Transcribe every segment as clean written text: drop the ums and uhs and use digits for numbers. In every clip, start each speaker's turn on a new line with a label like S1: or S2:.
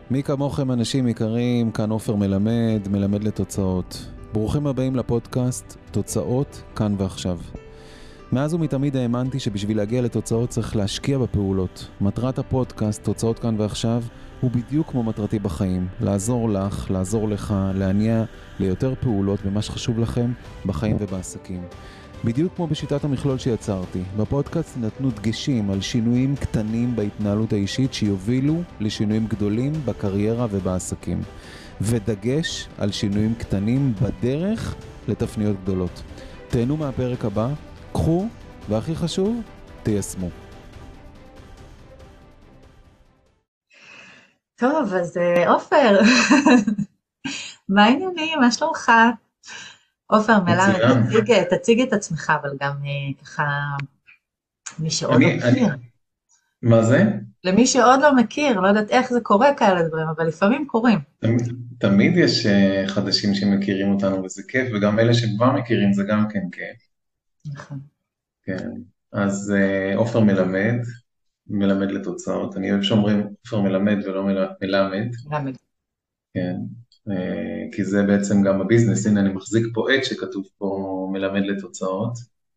S1: מי כמוכם אנשים יקרים, כאן עופר מלמד, מלמד לתוצאות. ברוכים הבאים לפודקאסט, תוצאות כאן ועכשיו. מאז ומתמיד האמנתי שבשביל להגיע לתוצאות צריך להשקיע בפעולות. מטרת הפודקאסט, תוצאות כאן ועכשיו, הוא בדיוק כמו מטרתי בחיים. לעזור לך, לעזור לך, להניע ליותר פעולות במה שחשוב לכם בחיים ובעסקים. בדיוק כמו בשיטת המכלול שיצרתי, בפודקאסט נתנו דגשים על שינויים קטנים בהתנהלות האישית שיובילו לשינויים גדולים בקריירה ובעסקים. ודגש על שינויים קטנים בדרך לתפניות גדולות. תהנו מהפרק הבא, קחו, והכי חשוב, תיישמו.
S2: טוב, אז עופר, מה העניינים? מה שלומך? עופר מלמד, תציג את עצמך, אבל גם ככה, מי שעוד לא מכיר.
S3: מה זה?
S2: למי שעוד לא מכיר, לא יודעת איך זה קורה כאלה דברים, אבל לפעמים קורים.
S3: תמיד יש חדשים שמכירים אותנו וזה כיף, וגם אלה שכבר מכירים זה גם כן כיף.
S2: נכון.
S3: כן, אז עופר מלמד, מלמד לתוצאות. אני אוהב שאומרים עופר מלמד ולא מלמד.
S2: מלמד.
S3: כן, כי זה בעצם גם הביזנס. הנה אני מחזיק פה עט שכתוב פה מלמד לתוצאות.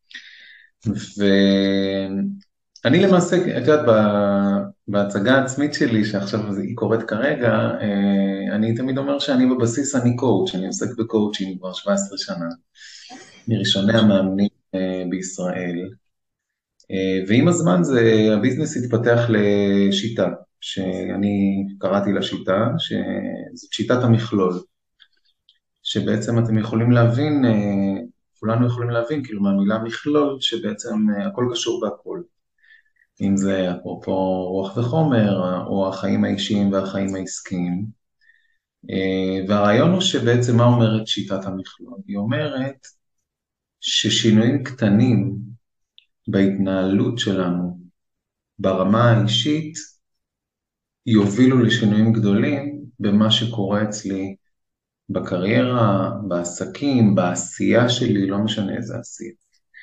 S3: ואני למעשה, את יודעת, בהצגה העצמית שלי, שעכשיו היא קורית כרגע, אני תמיד אומר שאני בבסיס אני קואוץ', אני עוסק בקואוצ'ינג כבר 17 שנה, מראשוני המאמנים בישראל, ועם הזמן הביזנס התפתח לשיטה, שאני קראתי לה שיטה, שזאת שיטת המכלול, שבעצם אתם יכולים להבין, כולנו יכולים להבין, כאילו מהמילה מכלול, שבעצם הכל קשור בהכל. אם זה אפרופו רוח וחומר, או החיים האישיים והחיים העסקיים. והרעיון הוא שבעצם מה אומרת שיטת המכלול? היא אומרת ששינויים קטנים בהתנהלות שלנו, ברמה האישית, יובילו לשינויים גדולים במה שקורה אצלי בקריירה, בעסקים, בעשייה שלי, לא משנה איזה עשייה.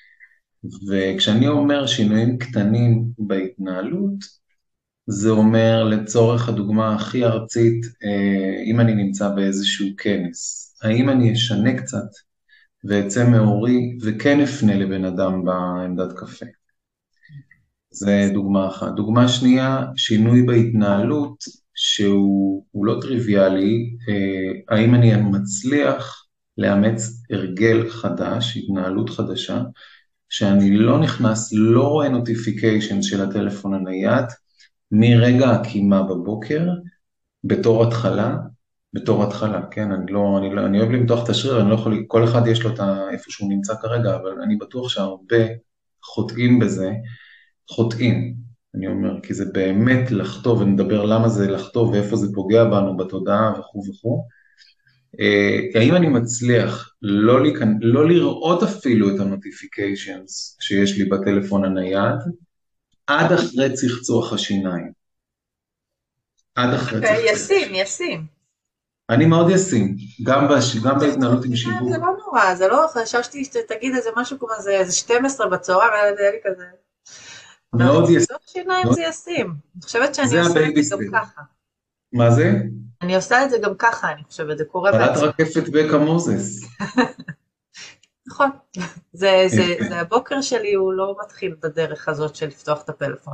S3: וכשאני אומר שינויים קטנים בהתנהלות, זה אומר לצורך הדוגמה הכי ארצית, אם אני נמצא באיזשהו כנס, האם אני אשנה קצת ואצא מאורי וכן אפנה לבן אדם בעמדת קפה. זה דוגמה אחת. דוגמה שנייה, שינוי בהתנהלות שהוא לא טריוויאלי, האם אני מצליח לאמץ הרגל חדש, התנהלות חדשה, שאני לא נכנס, לא רואה נוטיפיקיישן של הטלפון הנייד, מרגע הקימה בבוקר, בתור התחלה, כן, אני אוהב למתוח את השריר, אני לא יכול, כל אחד יש לו איפה שהוא נמצא כרגע, אבל אני בטוח שהרבה חוטאים בזה, אני אומר, כי זה באמת לחטוא, ונדבר למה זה לחטוא, ואיפה זה פוגע בנו בתודעה וכו' וכו'. האם אני מצליח לא לראות אפילו את הנוטיפיקיישנס שיש לי בטלפון הנייד, עד אחרי צחצוח השיניים.
S2: ישים.
S3: אני מאוד ישים, גם בהתנהלות עם שיווק.
S2: זה לא נורא, זה לא, חששתי שתגיד איזה משהו כמו איזה 12 בצהריים, היה לי כזה.
S3: מאוד ישים.
S2: צחצוח שיניים זה ישים. אני חושבת שאני עושה את זה גם ככה.
S3: מה זה?
S2: אני עושה את זה גם ככה, אני חושבת, זה קורה
S3: בעצם. את רקפת בקה מוזס.
S2: נכון, זה הבוקר שלי, הוא לא מתחיל בדרך הזאת של לפתוח את הפלאפון.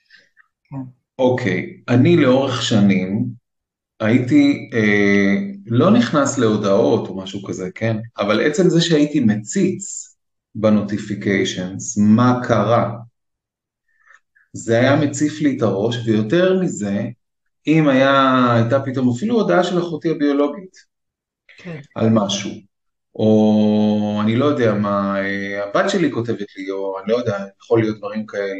S3: אוקיי, אני לאורך שנים הייתי, לא נכנס להודעות או משהו כזה, כן? אבל עצם זה שהייתי מציץ בנוטיפיקיישנס, מה קרה, זה היה מציף לי את הראש, ויותר מזה, אם הייתה פתאום אפילו הודעה של אחותי הביולוגית, על משהו, או אני לא יודע מה, הבת שלי כותבת לי, או אני לא יודע, יכול להיות דברים כאלה,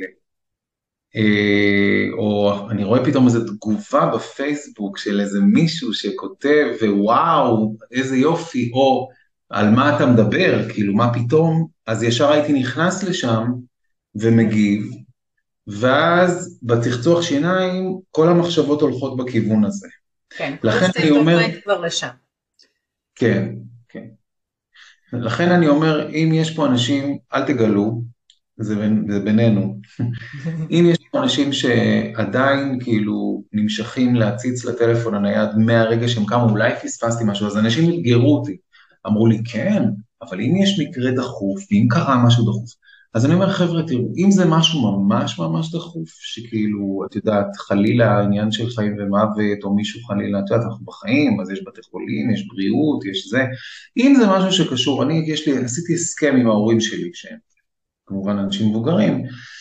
S3: או אני רואה פתאום איזו תגובה בפייסבוק של איזה מישהו שכותב, ווואו, איזה יופי, או על מה אתה מדבר, כאילו מה פתאום, אז ישר הייתי נכנס לשם ומגיב, ואז בצחצוח שיניים כל המחשבות הולכות בכיוון הזה.
S2: כן, לכן אני אומר, כבר לשם.
S3: כן. לכן אני אומר, אם יש פה אנשים, אל תגלו, זה בינינו. אם יש אנשים שעדיין כאילו נמשכים להציץ לטלפון הנייד מהרגע שהם קמו, אולי פספסתי משהו, אז אנשים התגרו אותי, אמרו לי כן, אבל אם יש מקרה דחוף, ואם קרה משהו דחוף, אז אני אומר חבר'ה תראו, אם זה משהו ממש ממש דחוף, שכאילו את יודעת חלילה העניין של חיים ומוות, או מישהו חלילה, את יודעת אנחנו בחיים, אז יש בתי חולים, יש בריאות, יש זה, אם זה משהו שקשור, עשיתי הסכם עם ההורים שלי, שהם כמובן אנשים מבוגרים,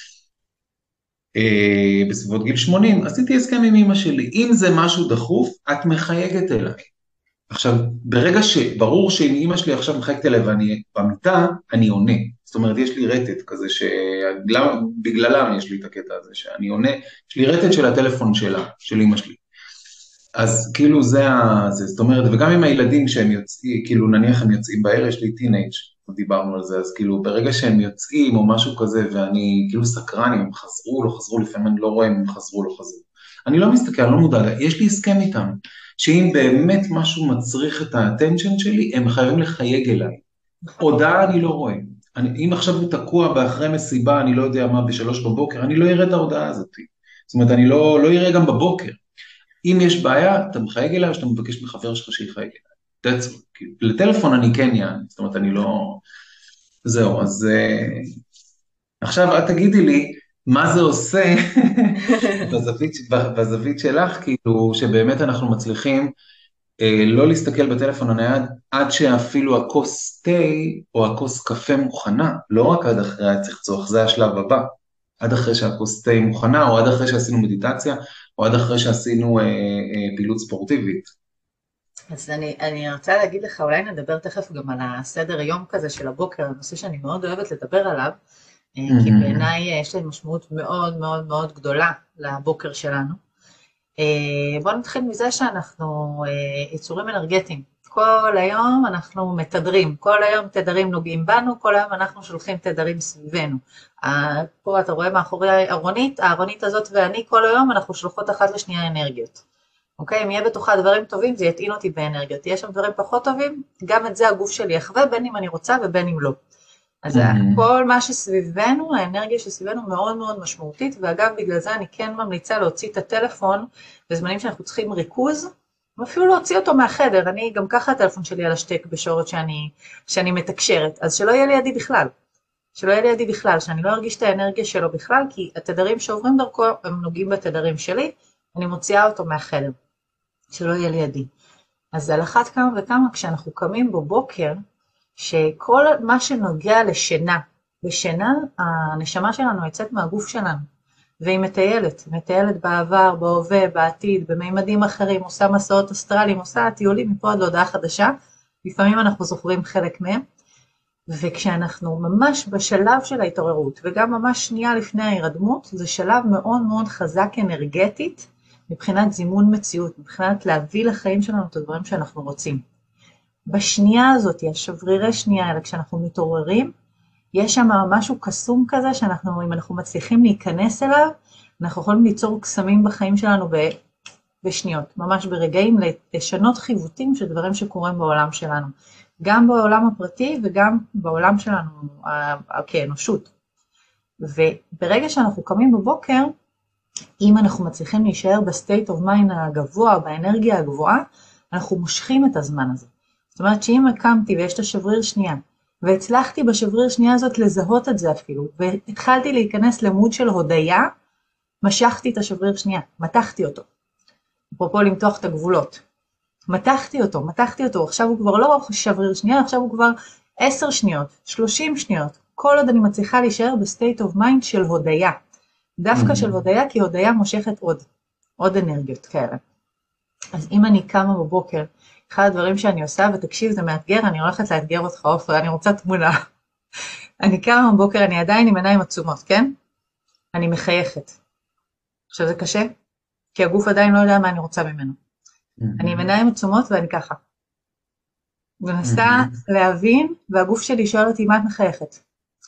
S3: בסביבות גיל 80, עשיתי הסכם עם אמא שלי, אם זה משהו דחוף, את מחייגת אליי. עכשיו, ברור שאם אמא שלי עכשיו מחייגת אליי ואני במיטה, אני עונה. זאת אומרת, יש לי רטט כזה, בגללם יש לי את הקטע הזה, שאני עונה, יש לי רטט של הטלפון שלה, של אמא שלי. אז כאילו זה, זאת אומרת, וגם עם הילדים שהם יוצאים, כאילו נניח הם יוצאים בערב, יש לי טינאג', דיברנו על זה, אז כאילו ברגע שהם יוצאים או משהו כזה, ואני כאילו סקרן אם הם חזרו, לא חזרו, לפעמים אני לא רואה אם הם חזרו, לא חזרו. אני לא מסתכל, אני לא מודע, יש לי הסכם איתם, שאם באמת משהו מצריך את האטנשן שלי, הם חייבים לחייג אליי. הודעה אני לא רואה. אם עכשיו הוא תקוע באחרי מסיבה, אני לא יודע מה, ב3 בבוקר, אני לא אראה את ההודעה הזאת. זאת אומרת, אני לא אראה גם בבוקר. אם יש בעיה, אתה מחייג אליי, או שאתה מבקש מחבר שלך שיחייג אליי. That's all. לטלפון אני כן יען, זאת אומרת, אני לא... זהו, אז... עכשיו, את תגידי לי, מה זה עושה בזווית שלך, כאילו, שבאמת אנחנו מצליחים לא להסתכל בטלפון הנייד, עד שאפילו הכוס תה, או הכוס קפה מוכנה, לא רק עד אחרי הצחצוח, זה השלב הבא. עד אחרי שהכוס תה מוכנה, או עד אחרי שעשינו מדיטציה, או עד אחרי שעשינו פעילות ספורטיבית.
S2: אז אני רוצה להגיד לך, אולי נדבר תכף גם על הסדר יום כזה של הבוקר, הנושא שאני מאוד אוהבת לדבר עליו, כי בעיניי יש לי משמעות מאוד מאוד מאוד גדולה לבוקר שלנו. בואו נתחיל מזה שאנחנו יצורים אנרגטיים. כל היום אנחנו מתדרים, כל היום תדרים נוגעים בנו, כל היום אנחנו שולחים תדרים סביבנו. פה אתה רואה מאחורי הארונית הזאת ואני כל היום אנחנו שולחות אחת לשנייה אנרגיות. אוקיי, אם יהיה בתוכה דברים טובים זה יטעין אותי באנרגיות, יש שם דברים פחות טובים, גם את זה הגוף שלי יחווה בין אם אני רוצה ובין אם לא. אז כל מה שסביבנו, האנרגיה שסביבנו מאוד מאוד משמעותית, ואגב בגלל זה אני כן ממליצה להוציא את הטלפון בזמנים שאנחנו צריכים ריכוז, ואפילו להוציא אותו מהחדר, אני גם ככה הטלפון שלי על השתק בשורת שאני מתקשרת, אז שלא יהיה לידי בכלל, שאני לא ארגיש את האנרגיה שלו בכלל, כי התדרים שעוברים דרכו הם נוגעים בתדרים שלי, אני מוציאה אותו מהחדר, שלא יהיה לידי. אז על אחת כמה וכמה כשאנחנו קמים בבוקר, שכל מה שנוגע לשינה, בשינה הנשמה שלנו יוצאת מהגוף שלנו, והיא מטיילת בעבר, בהווה, בעתיד, בממדים אחרים, עושה מסעות אסטרליים, עושה טיולים מפה עד להודעה חדשה, לפעמים אנחנו זוכרים חלק מהם, וכשאנחנו ממש בשלב של ההתעוררות, וגם ממש שנייה לפני ההירדמות, זה שלב מאוד מאוד חזק אנרגטית, מבחינת זימון מציאות, מבחינת להביא לחיים שלנו את הדברים שאנחנו רוצים. בשנייה הזאת, השברירי שנייה האלה, כשאנחנו מתעוררים, יש שם משהו קסום כזה, אם אנחנו מצליחים להיכנס אליו, אנחנו יכולים ליצור קסמים בחיים שלנו בשניות, ממש ברגעים, לשנות חיוותים של דברים שקורים בעולם שלנו, גם בעולם הפרטי וגם בעולם שלנו כאנושות. וברגע שאנחנו קמים בבוקר, אם אנחנו מצליחים להישאר בסטייט אוף מיינד הגבוה, באנרגיה הגבוהה, אנחנו מושכים את הזמן הזה. זאת אומרת שאם הקמתי ויש את השבריר שנייה, והצלחתי בשבריר שנייה הזאת לזהות את זה אפילו, והתחלתי להיכנס למוד של הודיה, משכתי את השבריר שנייה, מתחתי אותו. אפרופו למתוח את הגבולות. מתחתי אותו, עכשיו הוא כבר לא שבריר שנייה, עכשיו הוא כבר 10 שניות, 30 שניות, כל עוד אני מצליחה להישאר בסטייט אוף מיינד של הודיה. דווקא של הודיה, כי הודיה מושכת עוד אנרגיות כאלה. אז אם אני קמה בבוקר, אחד הדברים שאני עושה, ותקשיב, זה מאתגר, אני הולכת לאתגר אותך, עופר, אני רוצה תמונה. אני קמה בבוקר, אני עדיין עם עיניים עצומות, כן? אני מחייכת. עכשיו זה קשה, כי הגוף עדיין לא יודע מה אני רוצה ממנו. אני עם עיניים עצומות ואני ככה. ונסה להבין, והגוף שלי שואל אותי, מה את מחייכת?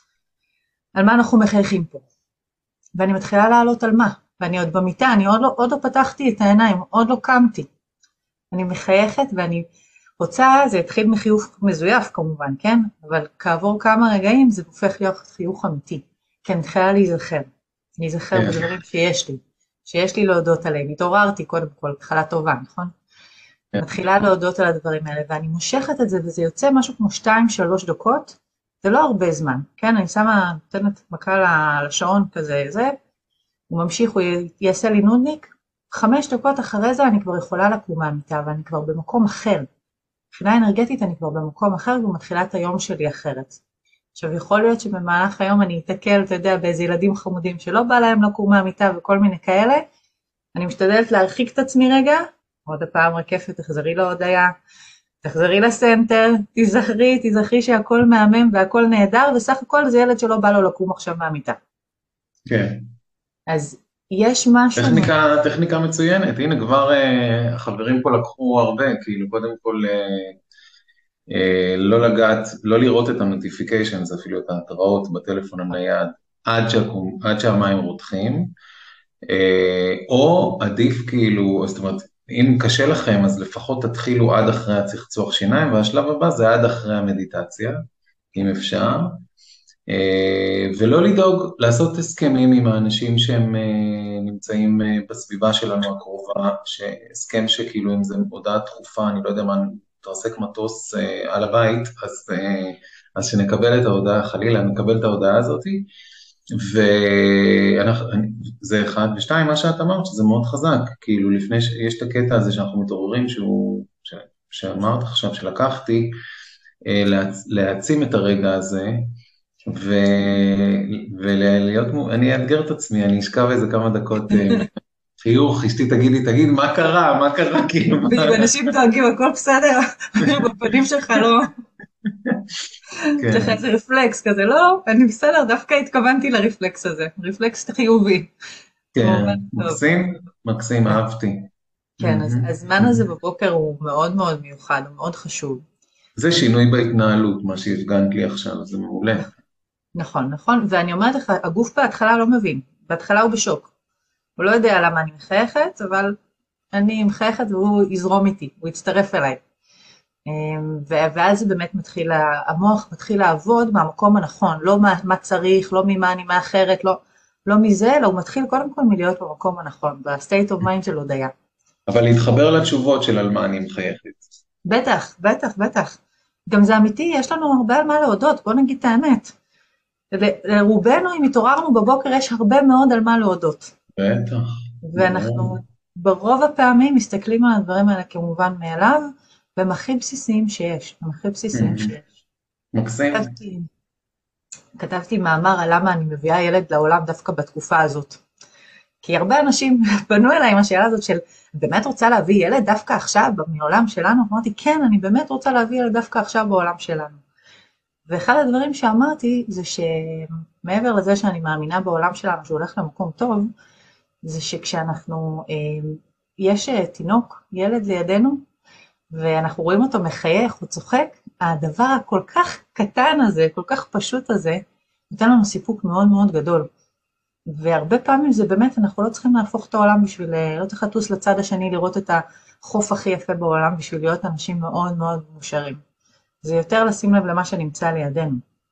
S2: על מה אנחנו מחייכים פה? ואני מתחילה לעלות על מה? ואני עוד במיטה, אני עוד לא פתחתי את העיניים, עוד לא קמתי. אני מחייכת ואני רוצה, זה התחיל מחיוך מזויף כמובן, כן? אבל כעבור כמה רגעים זה הופך להיות חיוך אמיתי. כן, מתחילה להיזכר בדברים שיש לי להודות עליהם. התעוררתי קודם כל, התחלה טובה, נכון? מתחילה להודות על הדברים האלה, ואני מושכת את זה, וזה יוצא משהו כמו 2-3 דקות, זה לא הרבה זמן, כן? אני שמה, נותנת מכה לשעון כזה, הוא ממשיך, הוא יעשה לי נודניק, 5 דקות אחרי זה אני כבר יכולה לקום מהמיטה, ואני כבר במקום אחר. מבחינה אנרגטית אני כבר במקום אחר, ומתחילה את היום שלי אחרת. עכשיו, יכול להיות שבמהלך היום אני אתקל, אתה יודע, באיזה ילדים חמודים שלא בא להם לקום מהמיטה וכל מיני כאלה, אני משתדלת להרחיק את עצמי רגע, עוד הפעם רקפת, תחזרי להודיה, תחזרי לסנטר, תזכרי שהכל מהמם והכל נהדר, וסך הכל זה ילד שלא בא לו לקום עכשיו מהמיטה.
S3: כן.
S2: אז יש משהו...
S3: טכניקה מצוינת, הנה כבר החברים פה לקחו הרבה, כאילו קודם כל לא לראות את הנוטיפיקיישנס, אפילו את ההתראות בטלפון הנייד, עד שהמים רותחים, או עדיף כאילו, זאת אומרת, אם קשה לכם, אז לפחות תתחילו עד אחרי הצחצוח שיניים, והשלב הבא זה עד אחרי המדיטציה, אם אפשר, ולא לדאוג לעשות הסכמים עם האנשים שהם נמצאים בסביבה שלנו הקרובה, הסכם שכאילו אם זה הודעה דחופה, אני לא יודע מה, תרסק מטוס על הבית, אז שנקבל את ההודעה, חלילה, נקבל את ההודעה הזאת, וזה אחד, ושתיים, מה שאת אמרת, שזה מאוד חזק, כאילו לפני שיש את הקטע הזה שאנחנו מתעוררים, שאמרת עכשיו שלקחתי, להעצים את הרגע הזה, ולהיות, אני אאתגר את עצמי, אני אשכב איזה כמה דקות חיוך, אשתי תגיד, מה קרה, כאילו,
S2: ואנשים דואגים, הכל בסדר, בפנים שלך לא... צריך איזה רפלקס כזה, לא, אני בסדר, דווקא התכוונתי לרפלקס הזה, רפלקס חיובי.
S3: כן, מקסים, אהבתי.
S2: כן, אז הזמן הזה בבוקר הוא מאוד מאוד מיוחד, הוא מאוד חשוב.
S3: זה שינוי בהתנהלות, מה שהפגנת לי עכשיו, זה מעולה.
S2: נכון, ואני אומרת לך, הגוף בהתחלה לא מבין, בהתחלה הוא בשוק. הוא לא יודע למה אני מחייכת, אבל אני מחייכת והוא יזרום איתי, הוא יצטרף אליי. ואז באמת המוח מתחיל לעבוד מהמקום הנכון, לא מה צריך, לא ממה אני מאחרת, לא מזה, אלא הוא מתחיל קודם כל מלהיות במקום הנכון, ב-state of mind של הודיה.
S3: אבל להתחבר לתשובות של על מה אני מחייכת.
S2: בטח. גם זה אמיתי, יש לנו הרבה על מה להודות, בוא נגיד את האמת. לרובנו, אם התעוררנו בבוקר, יש הרבה מאוד על מה להודות.
S3: בטח.
S2: ואנחנו ברוב הפעמים מסתכלים על הדברים האלה כמובן מאליו, והם הכי בסיסיים שיש,
S3: מקסים.
S2: כתבתי מאמר על למה אני מביאה ילד לעולם דווקא בתקופה הזאת. כי הרבה אנשים פנו אליי עם השאלה הזאת של, באמת רוצה להביא ילד דווקא עכשיו מעולם שלנו? אמרתי, כן, אני באמת רוצה להביא ילד דווקא עכשיו בעולם שלנו. ואחד הדברים שאמרתי זה שמעבר לזה שאני מאמינה בעולם שלנו שהוא הולך למקום טוב, זה שכשאנחנו, יש תינוק, ילד לידינו, ואנחנו רואים אותו מחייך, הוא צוחק, הדבר הכל כך קטן הזה, כל כך פשוט הזה, נותן לנו סיפוק מאוד מאוד גדול. והרבה פעמים זה באמת, אנחנו לא צריכים להפוך את העולם בשביל, לא צריך לטוס לצד השני, לראות את החוף הכי יפה בעולם, בשביל להיות אנשים מאוד מאוד מאושרים. זה יותר לשים לב למה שנמצא לידינו.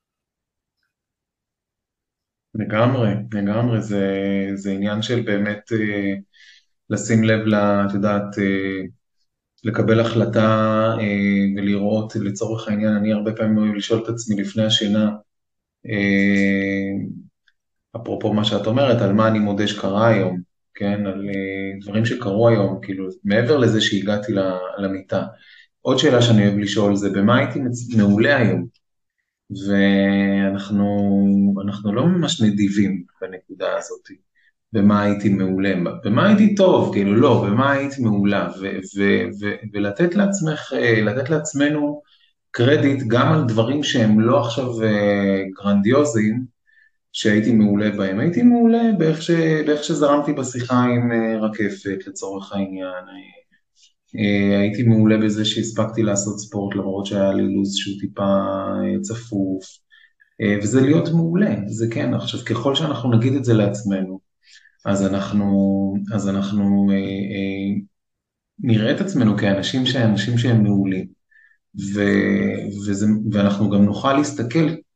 S3: לגמרי, זה עניין של באמת לשים לב, את יודעת, לקבל החלטה ולראות, לצורך העניין, אני הרבה פעמים אוהב לשאול את עצמי לפני השינה, אפרופו מה שאת אומרת, על מה אני מודה שקרה היום, כן, על דברים שקרו היום, כאילו, מעבר לזה שהגעתי למיטה. עוד שאלה שאני אוהב לשאול זה, במה הייתי מעולה היום? ואנחנו לא ממש נדיבים בנקודה הזאת, במה הייתי מעולה, במה הייתי טוב, כאילו לא, במה הייתי מעולה, ולתת לעצמנו קרדיט גם על דברים שהם לא עכשיו גרנדיוזיים, שהייתי מעולה בהם. הייתי מעולה באיך שזרמתי בשיחה עם רקפת לצורך העניין, הייתי מעולה בזה שהספקתי לעשות ספורט, למרות שהיה לי לוז שהוא טיפה צפוף, וזה להיות מעולה, זה כן. עכשיו, ככל שאנחנו נגיד את זה לעצמנו, אז אנחנו נראה את עצמנו כאנשים שהם מעולים, ואנחנו גם נוכל להסתכל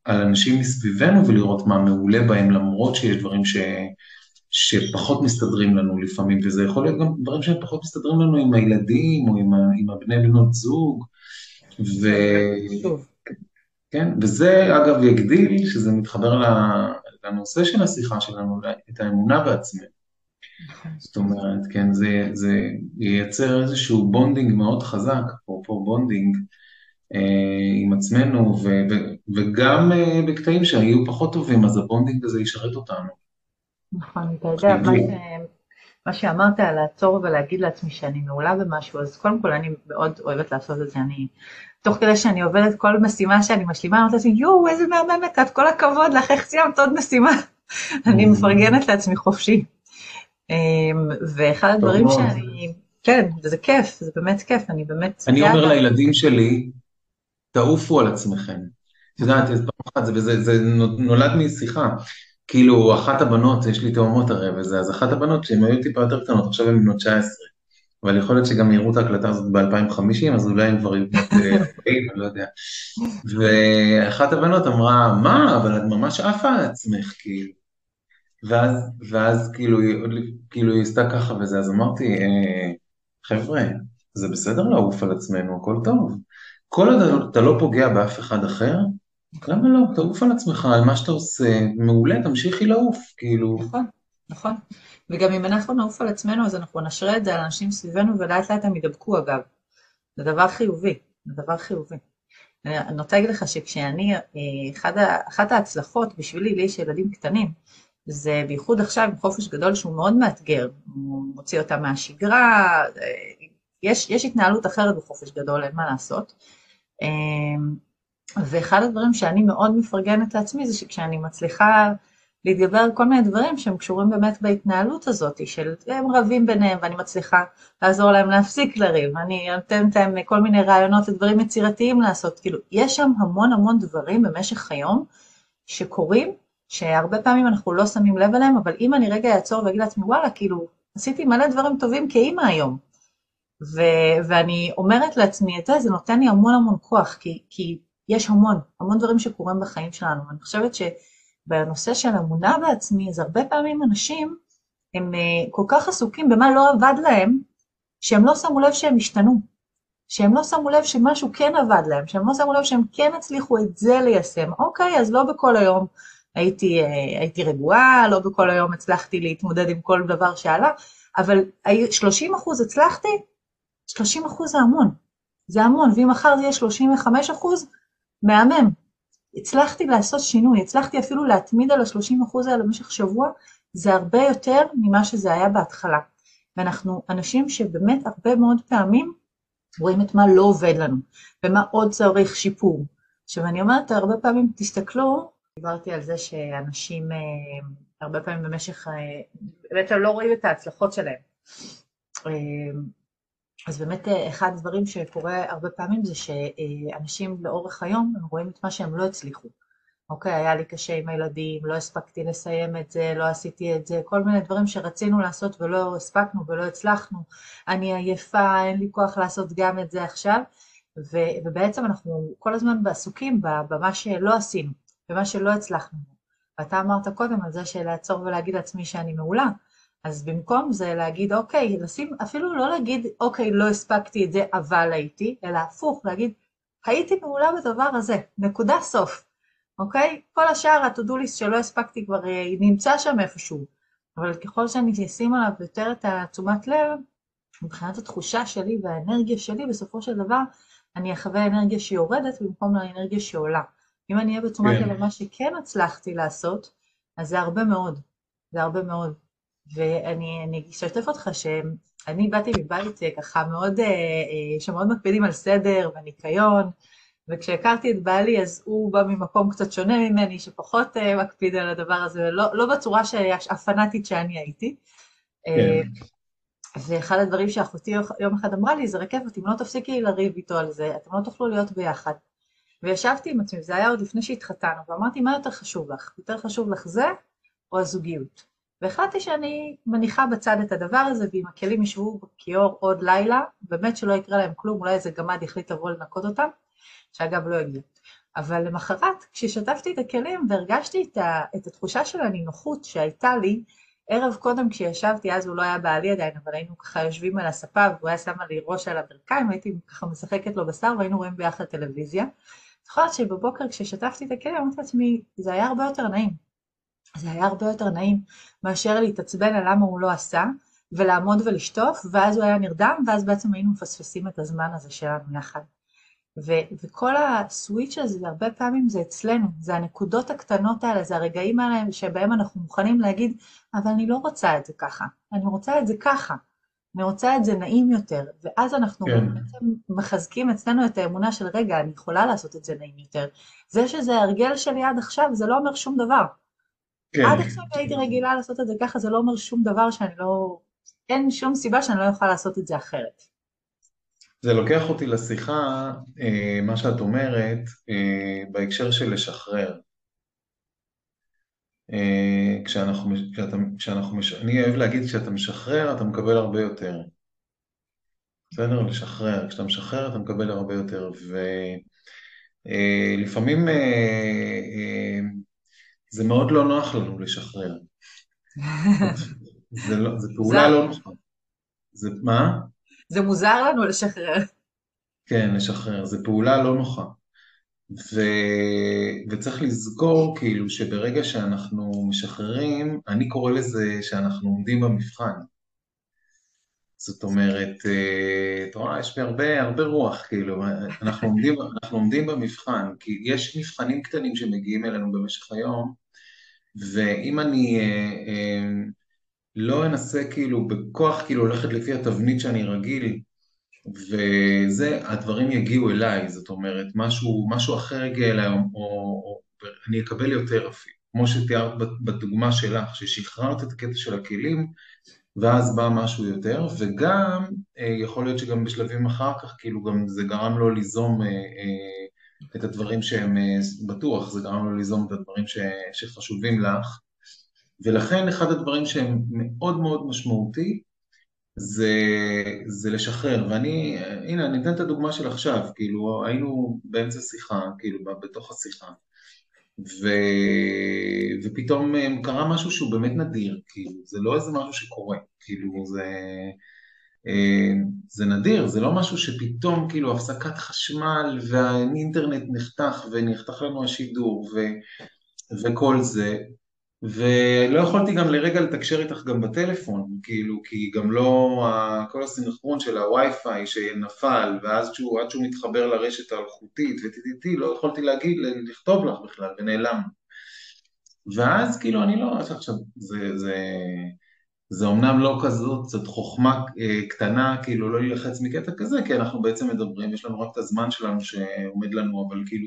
S3: על אנשים מסביבנו ולראות מה מעולה בהם, למרות שיש דברים שפחות מסתדרים לנו לפעמים, וזה יכול להיות גם דברים שהם פחות מסתדרים לנו עם הילדים, או עם הבני בנות זוג,
S2: שוב.
S3: כן, וזה אגב יגדיל, שזה מתחבר לנושא של השיחה שלנו, את האמונה בעצמנו. זאת אומרת, כן, זה ייצר איזשהו בונדינג מאוד חזק, אפרופו בונדינג, עם עצמנו, וגם בקטעים שהיו פחות טובים, אז הבונדינג הזה ישרת אותנו.
S2: נכון, אתה יודע, מה שאמרת על לעצור ולהגיד לעצמי שאני מעולה במשהו, אז קודם כל אני מאוד אוהבת לעשות את זה, תוך כדי שאני עובדת כל משימה שאני משלימה, אני אומרת לעצמי, יואו, איזה מהממת, את כל הכבוד לך, איך סיימת עוד משימה? אני מפרגנת לעצמי חופשי. ואחד הדברים שאני, כן, וזה כיף, זה באמת כיף, אני באמת...
S3: אני אומר לילדים שלי, תעופו על עצמכם. את יודעת, זה נולד משיחה. כאילו, אחת הבנות, יש לי תאומות הרי וזה, אז אחת הבנות שהן היו טיפה יותר קטנות, עכשיו הן בנות 19. אבל יכול להיות שגם יראו את ההקלטה הזאת ב-2050, אז אולי הם כבר יהיו בנות 40, אני לא יודע. ואחת הבנות אמרה, מה, אבל את ממש עפה על עצמך, כאילו. ואז כאילו היא עשתה ככה וזה, אז אמרתי, חבר'ה, זה בסדר לעוף על עצמנו, הכל טוב. כל עוד אתה לא פוגע באף אחד אחר, למה לא? תעוף על עצמך, על מה שאתה עושה, מעולה, תמשיכי לעוף, כאילו.
S2: נכון, נכון. וגם אם אנחנו נעוף על עצמנו, אז אנחנו נשרה את זה על אנשים סביבנו, ולאט לאט הם ידבקו אגב. זה דבר חיובי, זה דבר חיובי. אני רוצה להגיד לך שכשאני, אחת ההצלחות בשבילי, לי יש ילדים קטנים, זה בייחוד עכשיו עם חופש גדול שהוא מאוד מאתגר, הוא מוציא אותם מהשגרה, יש התנהלות אחרת בחופש גדול, אין מה לעשות. ואחד הדברים שאני מאוד מפרגנת לעצמי זה שכשאני מצליחה להתגבר על כל מיני דברים שהם קשורים באמת בהתנהלות הזאת, של הם רבים ביניהם ואני מצליחה לעזור להם להפסיק לריב, אני נותנת להם כל מיני רעיונות לדברים יצירתיים לעשות, כאילו יש שם המון המון דברים במשך היום שקורים, שהרבה פעמים אנחנו לא שמים לב אליהם, אבל אם אני רגע אעצור ואגיד לעצמי וואלה, כאילו עשיתי מלא דברים טובים כאימא היום, ואני אומרת לעצמי את זה נותן לי המון המון כוח, כי יש המון דברים שקורים בחיים שלנו, ואני חושבת שבנושא של אמונה בעצמי, אז הרבה פעמים אנשים, הם כל כך עסוקים במה לא עבד להם, שהם לא שמו לב שהם השתנו, שהם לא שמו לב שמשהו כן עבד להם, שהם לא שמו לב שהם כן הצליחו את זה ליישם, אוקיי, אז לא בכל היום הייתי רגועה, לא בכל היום הצלחתי להתמודד עם כל דבר שעלה, אבל 30% הצלחתי, 30% זה המון, זה המון, ואם מחר זה יהיה 35%, מהמם. הצלחתי לעשות שינוי, הצלחתי אפילו להתמיד על ה-30% האלה במשך שבוע, זה הרבה יותר ממה שזה היה בהתחלה. ואנחנו אנשים שבאמת הרבה מאוד פעמים רואים את מה לא עובד לנו, ומה עוד צריך שיפור. עכשיו אני אומרת, הרבה פעמים תסתכלו, דיברתי על זה שאנשים הרבה פעמים במשך, בעצם לא רואים את ההצלחות שלהם. אז באמת אחד הדברים שקורה הרבה פעמים זה שאנשים לאורך היום הם רואים את מה שהם לא הצליחו. אוקיי, היה לי קשה עם הילדים, לא הספקתי לסיים את זה, לא עשיתי את זה, כל מיני דברים שרצינו לעשות ולא הספקנו ולא הצלחנו. אני עייפה, אין לי כוח לעשות גם את זה עכשיו, ובעצם אנחנו כל הזמן עסוקים במה שלא עשינו, במה שלא הצלחנו. ואתה אמרת קודם על זה שלעצור ולהגיד לעצמי שאני מעולה, אז במקום זה להגיד, אוקיי, אפילו לא להגיד, אוקיי, לא הספקתי את זה, אבל הייתי, אלא הפוך, להגיד, הייתי מעולה בדבר הזה, נקודה סוף, אוקיי? כל השאר, הטודוליסט שלא הספקתי כבר נמצא שם איפשהו, אבל ככל שאני אשים עליו יותר את תשומת לב, מבחינת התחושה שלי והאנרגיה שלי, בסופו של דבר, אני אחווה אנרגיה שיורדת במקום לאנרגיה שעולה. אם אני אהיה בתשומת לב מה שכן הצלחתי לעשות, אז זה הרבה מאוד, זה הרבה מאוד. ואני אשתף אותך שאני באתי מבית ככה מאוד, שמאוד מקפידים על סדר וניקיון, וכשהכרתי את בעלי אז הוא בא ממקום קצת שונה ממני, שפחות מקפיד על הדבר הזה, לא בצורה הפנאטית שאני הייתי. ואחד הדברים שאחותי יום אחד אמרה לי, זה רקפת, אם לא תפסיקי לריב איתו על זה, אתם לא תוכלו להיות ביחד. וישבתי עם עצמי, זה היה עוד לפני שהתחתנו, ואמרתי, מה יותר חשוב לך? יותר חשוב לך זה או הזוגיות? והחלטתי שאני מניחה בצד את הדבר הזה, ואם הכלים ישבו בכיור עוד לילה, באמת שלא יקרה להם כלום, אולי איזה גמד יחליט לבוא לנקות אותם, שאגב לא הגיע. אבל למחרת, כששטפתי את הכלים והרגשתי את התחושה של הנינוחות שהייתה לי, ערב קודם כשישבתי, אז הוא לא היה בעלי עדיין, אבל היינו ככה יושבים על הספה, והוא היה שמה לי ראש על הברכיים, הייתי ככה משחקת לו בשר, והיינו רואים ביחד טלוויזיה. זוכרת שבבוקר כששטפתי את הכלים, אמרתי לעצמי, זה היה הרבה יותר נעים. זה היה הרבה יותר נעים מאשר להתעצבן על למה הוא לא עשה, ולעמוד ולשטוף, ואז הוא היה נרדם, ואז בעצם היינו מפספסים את הזמן הזה שלנו יחד. וכל הסוויץ' הזה, הרבה פעמים זה אצלנו, זה הנקודות הקטנות האלה, זה הרגעים האלה שבהם אנחנו מוכנים להגיד, אבל אני לא רוצה את זה ככה, אני רוצה את זה ככה, אני רוצה את זה נעים יותר, ואז אנחנו
S3: כן,
S2: בעצם מחזקים אצלנו את האמונה של רגע, אני יכולה לעשות את זה נעים יותר. זה שזה הרגל שלי עד עכשיו, זה לא אומר שום דבר. עד
S3: כן.
S2: עכשיו הייתי רגילה לעשות את זה ככה, זה לא אומר שום דבר שאני לא, אין שום סיבה שאני לא יכולה לעשות את זה אחרת.
S3: זה לוקח אותי לשיחה, מה שאת אומרת, בהקשר של לשחרר. אני אוהב להגיד, כשאתה משחרר, אתה מקבל הרבה יותר. בסדר? לשחרר. כשאתה משחרר, אתה מקבל הרבה יותר. ולפעמים זה מאוד לא נוח לנו לשחרר. זה פעולה
S2: מוזר,
S3: לא נוחה. מה?
S2: זה מוזר לנו לשחרר.
S3: כן, לשחרר. זה פעולה לא נוחה. ו... וצריך לזכור כאילו שברגע שאנחנו משחררים, אני קורא לזה שאנחנו עומדים במבחן. זאת אומרת, אתה רואה, יש לי הרבה רוח, כאילו, אנחנו עומדים במבחן, כי יש מבחנים קטנים שמגיעים אלינו במשך היום, ואם אני לא אנסה כאילו בכוח כאילו הולכת לפי התבנית שאני רגיל, וזה, הדברים יגיעו אליי, זאת אומרת, משהו אחר יגיע אליי, או אני אקבל יותר אפילו, כמו שתיארת בדוגמה שלך, ששחררת את הקטע של הכלים, ואז בא משהו יותר, וגם יכול להיות שגם בשלבים אחר כך, כאילו גם זה גרם לו ליזום את הדברים שהם בטוח, זה גרם לו ליזום את הדברים שחשובים לך, ולכן אחד הדברים שהם מאוד מאוד משמעותי, זה לשחרר, ואני, הנה, אני אתן את הדוגמה של עכשיו, כאילו היינו באמצע שיחה, כאילו בתוך השיחה, ו... ופתאום קרה משהו שהוא באמת נדיר, כאילו, זה לא איזה משהו שקורה, כאילו, זה נדיר, זה לא משהו שפתאום, כאילו, הפסקת חשמל והאינטרנט נחתך ונחתך לנו השידור וכל זה, ולא יכולתי גם לרגע לתקשר איתך גם בטלפון, כאילו, כי גם לא כל הסינכרון של הווי-פיי שנפל, ואז עד שהוא מתחבר לרשת האלחוטית וטיטיטי, לא יכולתי לכתוב לך בכלל, ונעלם. ואז כאילו אני לא, עכשיו, זה אומנם לא כזאת, זאת חוכמה קטנה, כאילו לא להילחץ מקטע כזה, כי אנחנו בעצם מדברים, יש לנו רק את הזמן שלנו שעומד לנו, אבל כאילו,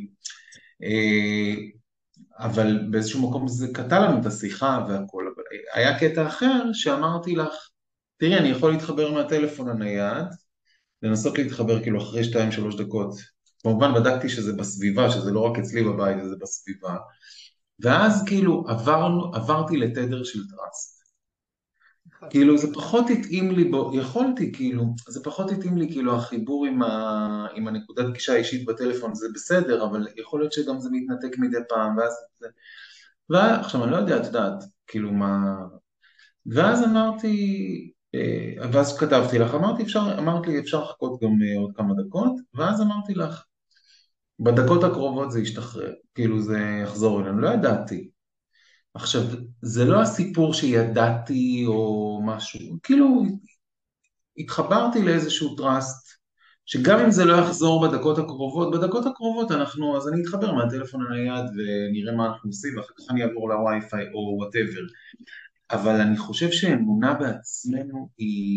S3: אבל באיזשהו מקום זה קטע לנו את השיחה והכל, אבל היה קטע אחר שאמרתי לך, תראי, אני יכול להתחבר מהטלפון הנייד, לנסות להתחבר כאילו אחרי 2-3 דקות, כמובן בדקתי שזה בסביבה, שזה לא רק אצלי בבית, זה בסביבה, ואז כאילו עברתי לתדר של טראסט. כאילו זה פחות התאים לי, יכולתי כאילו, זה פחות התאים לי כאילו החיבור עם הנקודת גישה האישית בטלפון, זה בסדר, אבל יכול להיות שגם זה מתנתק מדי פעם, ואז זה... ועכשיו אני לא יודע, את יודעת, כאילו מה... ואז אמרתי, ואז כתבתי לך, אמרת לי אפשר לחכות גם עוד כמה דקות, ואז אמרתי לך, בדקות הקרובות זה ישתחרר, כאילו זה יחזור אלינו, לא ידעתי. עכשיו, זה לא הסיפור שידעתי או משהו, כאילו התחברתי לאיזשהו טראסט, שגם אם זה לא יחזור בדקות הקרובות אז אני אתחבר מהטלפון הנייד ונראה מה אנחנו עושים, ואחר כך אני אעבור לווי-פיי או whatever. אבל אני חושב שאמונה בעצמנו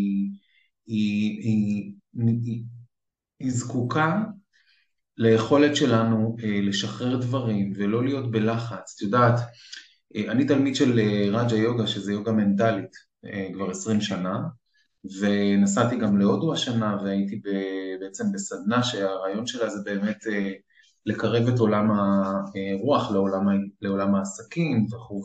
S3: היא זקוקה ליכולת שלנו לשחרר דברים ולא להיות בלחץ. את יודעת, אני תלמיד של רג'ה יוגה, שזה יוגה מנטלית, כבר 20 שנה, ונסעתי גם להודו השנה, והייתי בעצם בסדנה שהרעיון שלה זה באמת לקרב את עולם הרוח לעולם העסקים וכו'.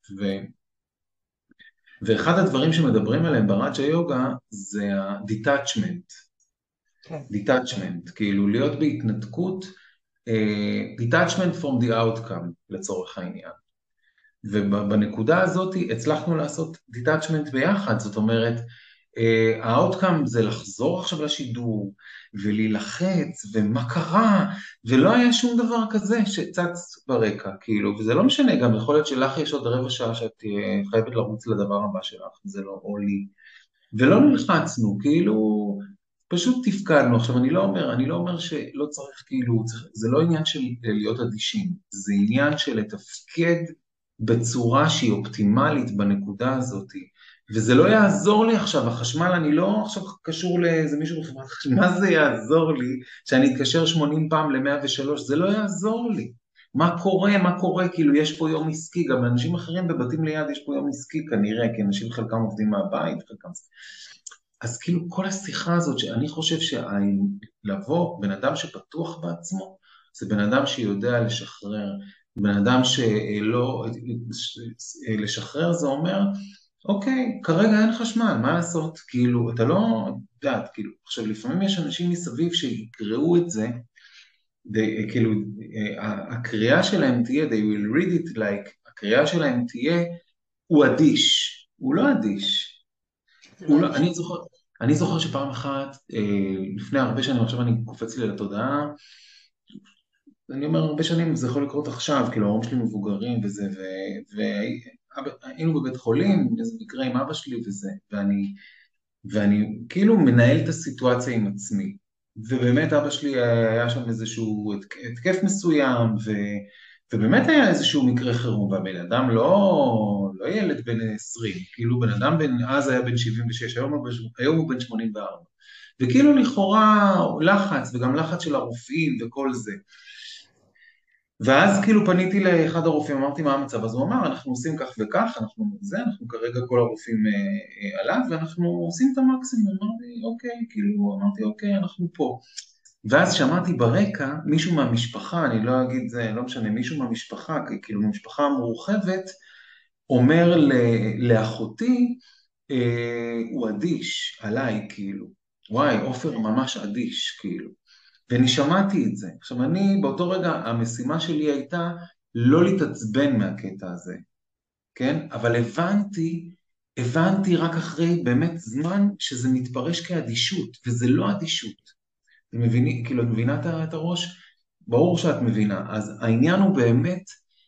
S3: ואחד הדברים שמדברים עליהם ברג'ה יוגה זה ה-detachment.
S2: כן.
S3: detachment, כאילו להיות בהתנתקות detachment from the outcome לצורך העניין. ובנקודה הזאת הצלחנו לעשות detachment ביחד, זאת אומרת, ה-outcome זה לחזור עכשיו לשידור, ולהילחץ, ומה קרה, ולא היה שום דבר כזה שצץ ברקע, כאילו, וזה לא משנה, גם יכול להיות שלך יש עוד רבע שעה שאת חייבת לרוץ לדבר הבא שלך, זה לא או לי, ולא נלחצנו, כאילו, פשוט תפקדנו. עכשיו אני לא אומר שלא צריך, כאילו, זה לא עניין של להיות אדישים, זה עניין של לתפקד בצורה שהיא אופטימלית בנקודה הזאת, וזה לא יעזור לי עכשיו, החשמל, אני לא עכשיו קשור לאיזה מישהו בחברת חשמל, מה זה יעזור לי שאני אתקשר 80 פעם ל-103, זה לא יעזור לי. מה קורה, כאילו יש פה יום עסקי, גם לאנשים אחרים בבתים ליד יש פה יום עסקי כנראה, כי אנשים חלקם עובדים מהבית, חלקם... אז כאילו כל השיחה הזאת, שאני חושב שלבוא, בן אדם שפתוח בעצמו, זה בן אדם שיודע לשחרר, בן אדם שלא, לשחרר זה אומר, אוקיי, כרגע אין חשמל, מה לעשות? כאילו, אתה לא יודעת, כאילו, עכשיו לפעמים יש אנשים מסביב שיקראו את זה, כאילו, הקריאה שלהם תהיה, they will read it like, הקריאה שלהם תהיה, הוא אדיש, הוא לא אדיש. אני זוכר שפעם אחת, לפני הרבה שנים, עכשיו אני קופץ לי לתודעה, אני אומר הרבה שנים, זה יכול לקרות עכשיו, כאילו ההורים שלי מבוגרים וזה, והיינו בבית חולים, איזה מקרה עם אבא שלי וזה, ואני כאילו מנהל את הסיטואציה עם עצמי, ובאמת אבא שלי היה שם איזשהו התקף מסוים, ובאמת היה איזשהו מקרה חירום, והבן אדם לא ילד בן 20, כאילו בן אדם אז היה בן 76, היום הוא בן 84, וכאילו לכאורה לחץ, וגם לחץ של הרופאים וכל זה. ואז כאילו פניתי לאחד הרופאים, אמרתי מה המצב, אז הוא אמר, אנחנו עושים כך וכך, אנחנו כרגע כל הרופאים עליו, ואנחנו עושים את המקסימום, אמרתי אוקיי, אנחנו פה. ואז שמעתי ברקע, מישהו מהמשפחה, אני לא אגיד זה, לא משנה, מישהו מהמשפחה, כאילו מהמשפחה המורחבת, אומר לאחותי, הוא אדיש עליי, כאילו, וואי, עופר ממש אדיש, כאילו. ואני שמעתי את זה. עכשיו אני, באותו רגע, המשימה שלי הייתה לא להתעצבן מהקטע הזה, כן? אבל הבנתי רק אחרי באמת זמן שזה מתפרש כאדישות, וזה לא אדישות. כאילו, את מבינה את הראש? ברור שאת מבינה. אז העניין הוא באמת,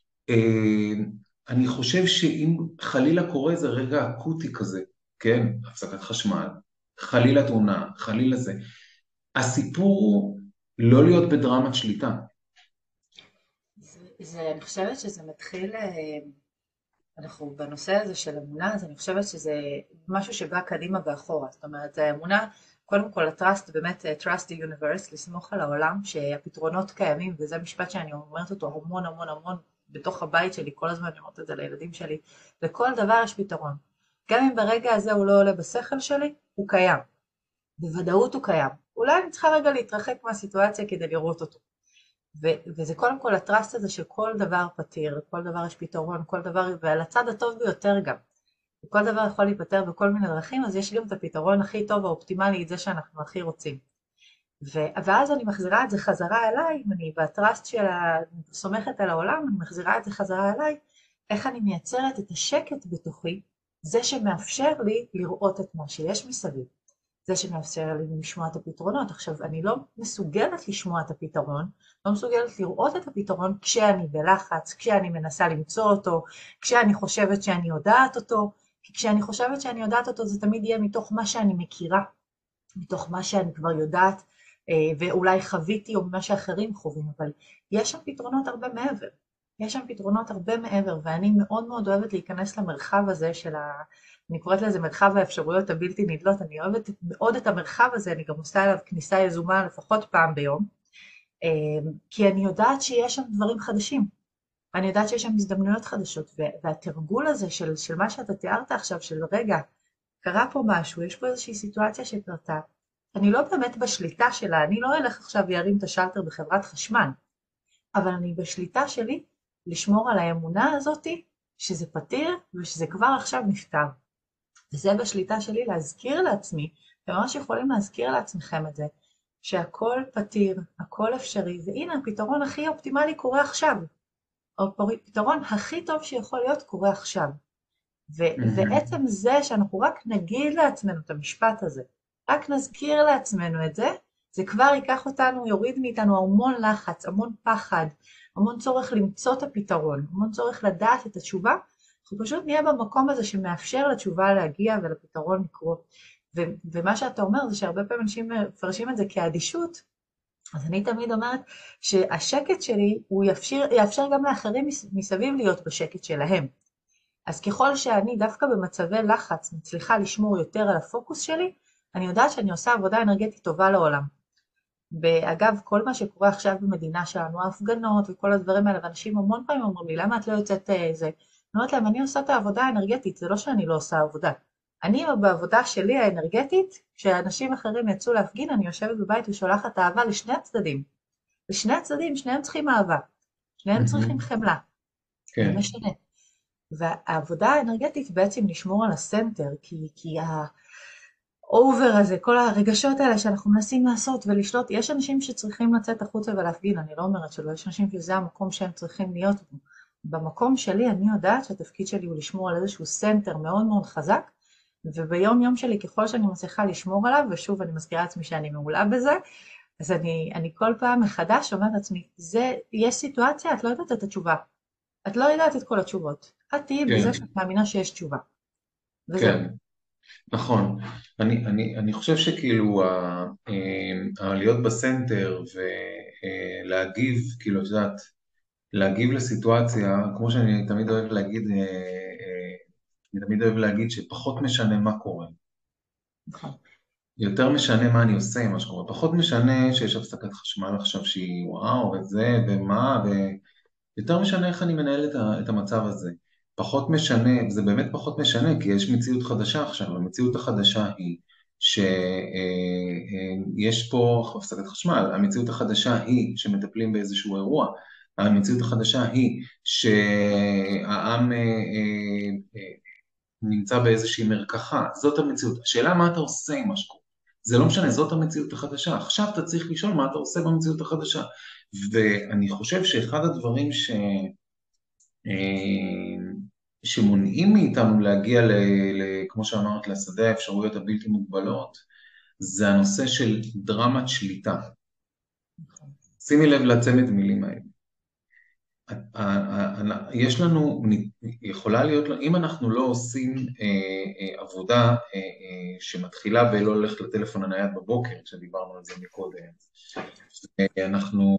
S3: אני חושב שאם חלילה קורה איזה רגע אקוטי כזה, כן? הפסקת חשמל, חלילה תאונה, חלילה זה. הסיפור הוא לא להיות בדרמת שליטה.
S2: אני חושבת שזה מתחיל, אנחנו בנושא הזה של אמונה, אז אני חושבת שזה משהו שבא קדימה ואחורה. זאת אומרת, האמונה, קודם כל, הטראסט, באמת, trust the universe, לסמוך על העולם, שהפתרונות קיימים, וזה משפט שאני אומרת אותו המון המון המון בתוך הבית שלי, כל הזמן אני אומרת את זה לילדים שלי, לכל דבר יש פתרון. גם אם ברגע הזה הוא לא עולה בשכל שלי, הוא קיים. בוודאות הוא קיים. אולי אני צריכה רגע להתרחק מהסיטואציה כדי לראות אותו. וזה קודם כל הטראסט הזה שכל דבר פתיר, כל דבר יש פתרון, כל דבר, ועל הצד הטוב ביותר גם. וכל דבר יכול להיפטר בכל מיני דרכים, אז יש גם את הפתרון הכי טוב והאופטימלי, את זה שאנחנו הכי רוצים. ואז אני מחזירה את זה חזרה אליי, אם אני בטראסט שלה סומכת על העולם, אני מחזירה את זה חזרה אליי, איך אני מייצרת את השקט בתוכי, זה שמאפשר לי לראות את מה שיש מסביב. זה שמאפשר לי לשמוע את הפתרונות. עכשיו, אני לא מסוגלת לשמוע את הפתרון, לא מסוגלת לראות את הפתרון כשאני בלחץ, כשאני מנסה למצוא אותו, כשאני חושבת שאני יודעת אותו, כי כשאני חושבת שאני יודעת אותו, זה תמיד יהיה מתוך מה שאני מכירה, מתוך מה שאני כבר יודעת, ואולי חוויתי או מה שאחרים חווים, אבל יש שם פתרונות הרבה מעבר. יש שם פתרונות הרבה מעבר, ואני מאוד מאוד אוהבת להיכנס למרחב הזה של אני קוראת לזה מרחב האפשרויות הבלתי נדלות, אני אוהבת מאוד את המרחב הזה, אני גם עושה אליו כניסה יזומה לפחות פעם ביום, כי אני יודעת שיש שם דברים חדשים, אני יודעת שיש שם הזדמנויות חדשות, והתרגול הזה של מה שאתה תיארת עכשיו, של רגע, קרה פה משהו, יש פה איזושהי סיטואציה שקרתה, אני לא באמת בשליטה שלה, אני לא אלך עכשיו וירים את השלטר בחברת חשמל, אבל אני בשליטה שלי לשמור על האמונה הזאת, שזה פתיר ושזה כבר עכשיו נפתר. וזה בשליטה שלי להזכיר לעצמי, וממש יכולים להזכיר לעצמכם את זה, שהכל פתיר, הכל אפשרי, והנה הפתרון הכי אופטימלי קורה עכשיו. הפתרון הכי טוב שיכול להיות קורה עכשיו. ועצם זה שאנחנו רק נגיד לעצמנו את המשפט הזה, רק נזכיר לעצמנו את זה, זה כבר ייקח אותנו, יוריד מאיתנו המון לחץ, המון פחד, המון צורך למצוא את הפתרון, המון צורך לדעת את התשובה, אנחנו פשוט נהיה במקום הזה שמאפשר לתשובה להגיע ולפתרון לקרות. ומה שאתה אומר זה שהרבה פעמים אנשים מפרשים את זה כאדישות, אז אני תמיד אומרת שהשקט שלי הוא יאפשר גם לאחרים מסביב להיות בשקט שלהם. אז ככל שאני דווקא במצבי לחץ מצליחה לשמור יותר על הפוקוס שלי, אני יודעת שאני עושה עבודה אנרגטית טובה לעולם. ואגב, כל מה שקורה עכשיו במדינה שלנו, ההפגנות וכל הדברים האלה, ואנשים המון פעמים אומרים לי, למה את לא יוצאת זה? אני אומרת להם, אני עושה את העבודה האנרגטית, זה לא שאני לא עושה עבודה. אני בעבודה שלי האנרגטית, כשאנשים אחרים יצאו להפגין, אני יושבת בבית ושולחת אהבה לשני הצדדים. לשני הצדדים, שניהם צריכים אהבה. שניהם צריכים חמלה.
S3: כן.
S2: זה משנה. והעבודה האנרגטית בעצם נשמור על הסנטר, כי האובר הזה, כל הרגשות האלה שאנחנו מנסים לעשות ולשלוט, יש אנשים שצריכים לצאת החוצה ולהפגין, אני לא אומרת שלא, יש אנשים שזה המקום שהם צריכים להיות בו. במקום שלי אני יודעת שהתפקיד שלי הוא לשמור על איזשהו סנטר מאוד מאוד חזק, וביום יום שלי ככל שאני מצליחה לשמור עליו, ושוב אני מזכירה עצמי שאני מעולה בזה, אז אני כל פעם מחדש אומרת לעצמי, יש סיטואציה, את לא יודעת את התשובה, את לא יודעת את כל התשובות, את תהיי בזה שאת מאמינה שיש תשובה.
S3: כן, נכון. אני חושב שכאילו להיות בסנטר ולהגיב, כאילו, את יודעת, להגיב לסיטואציה, כמו שאני תמיד אוהב להגיד, אני תמיד אוהב להגיד שפחות משנה מה קורה.
S2: נכון.
S3: יותר משנה מה אני עושה עם מה שקורה. פחות משנה שיש הפסקת חשמל עכשיו שהיא וואו וזה ומה, ויותר משנה איך אני מנהל את המצב הזה. פחות משנה, זה באמת פחות משנה, כי יש מציאות חדשה עכשיו. המציאות החדשה היא שיש פה הפסקת חשמל. המציאות החדשה היא שמטפלים באיזשהו אירוע. המציאות החדשה היא שהעם נמצא באיזושהי מרקחה. זאת המציאות. השאלה מה אתה עושה עם מה שקורה. זה לא משנה, זאת המציאות החדשה. עכשיו אתה צריך לשאול מה אתה עושה במציאות החדשה. ואני חושב שאחד הדברים שמונעים מאיתנו להגיע, כמו שאמרת, לשדה האפשרויות הבלתי מוגבלות, זה הנושא של דרמת שליטה. שימי לב לצמד מילים האלה. יש לנו, יכולה להיות, אם אנחנו לא עושים עבודה שמתחילה ולא הולכת לטלפון הנייד בבוקר, שדיברנו על זה מקודם, אנחנו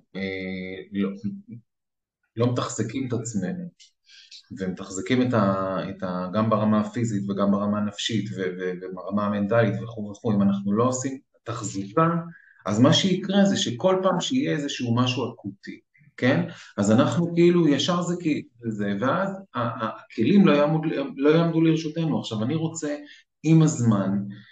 S3: לא מתחזקים את עצמנו, ומתחזקים גם ברמה הפיזית וגם ברמה הנפשית וברמה המנטלית וכו', אם אנחנו לא עושים תחזוקה, אז מה שיקרה זה שכל פעם שיהיה איזשהו משהו אקוטי, כן? אז אנחנו כאילו ישר זה, ואז הכלים לא יעמדו לרשותנו. עכשיו אני רוצה עם הזמן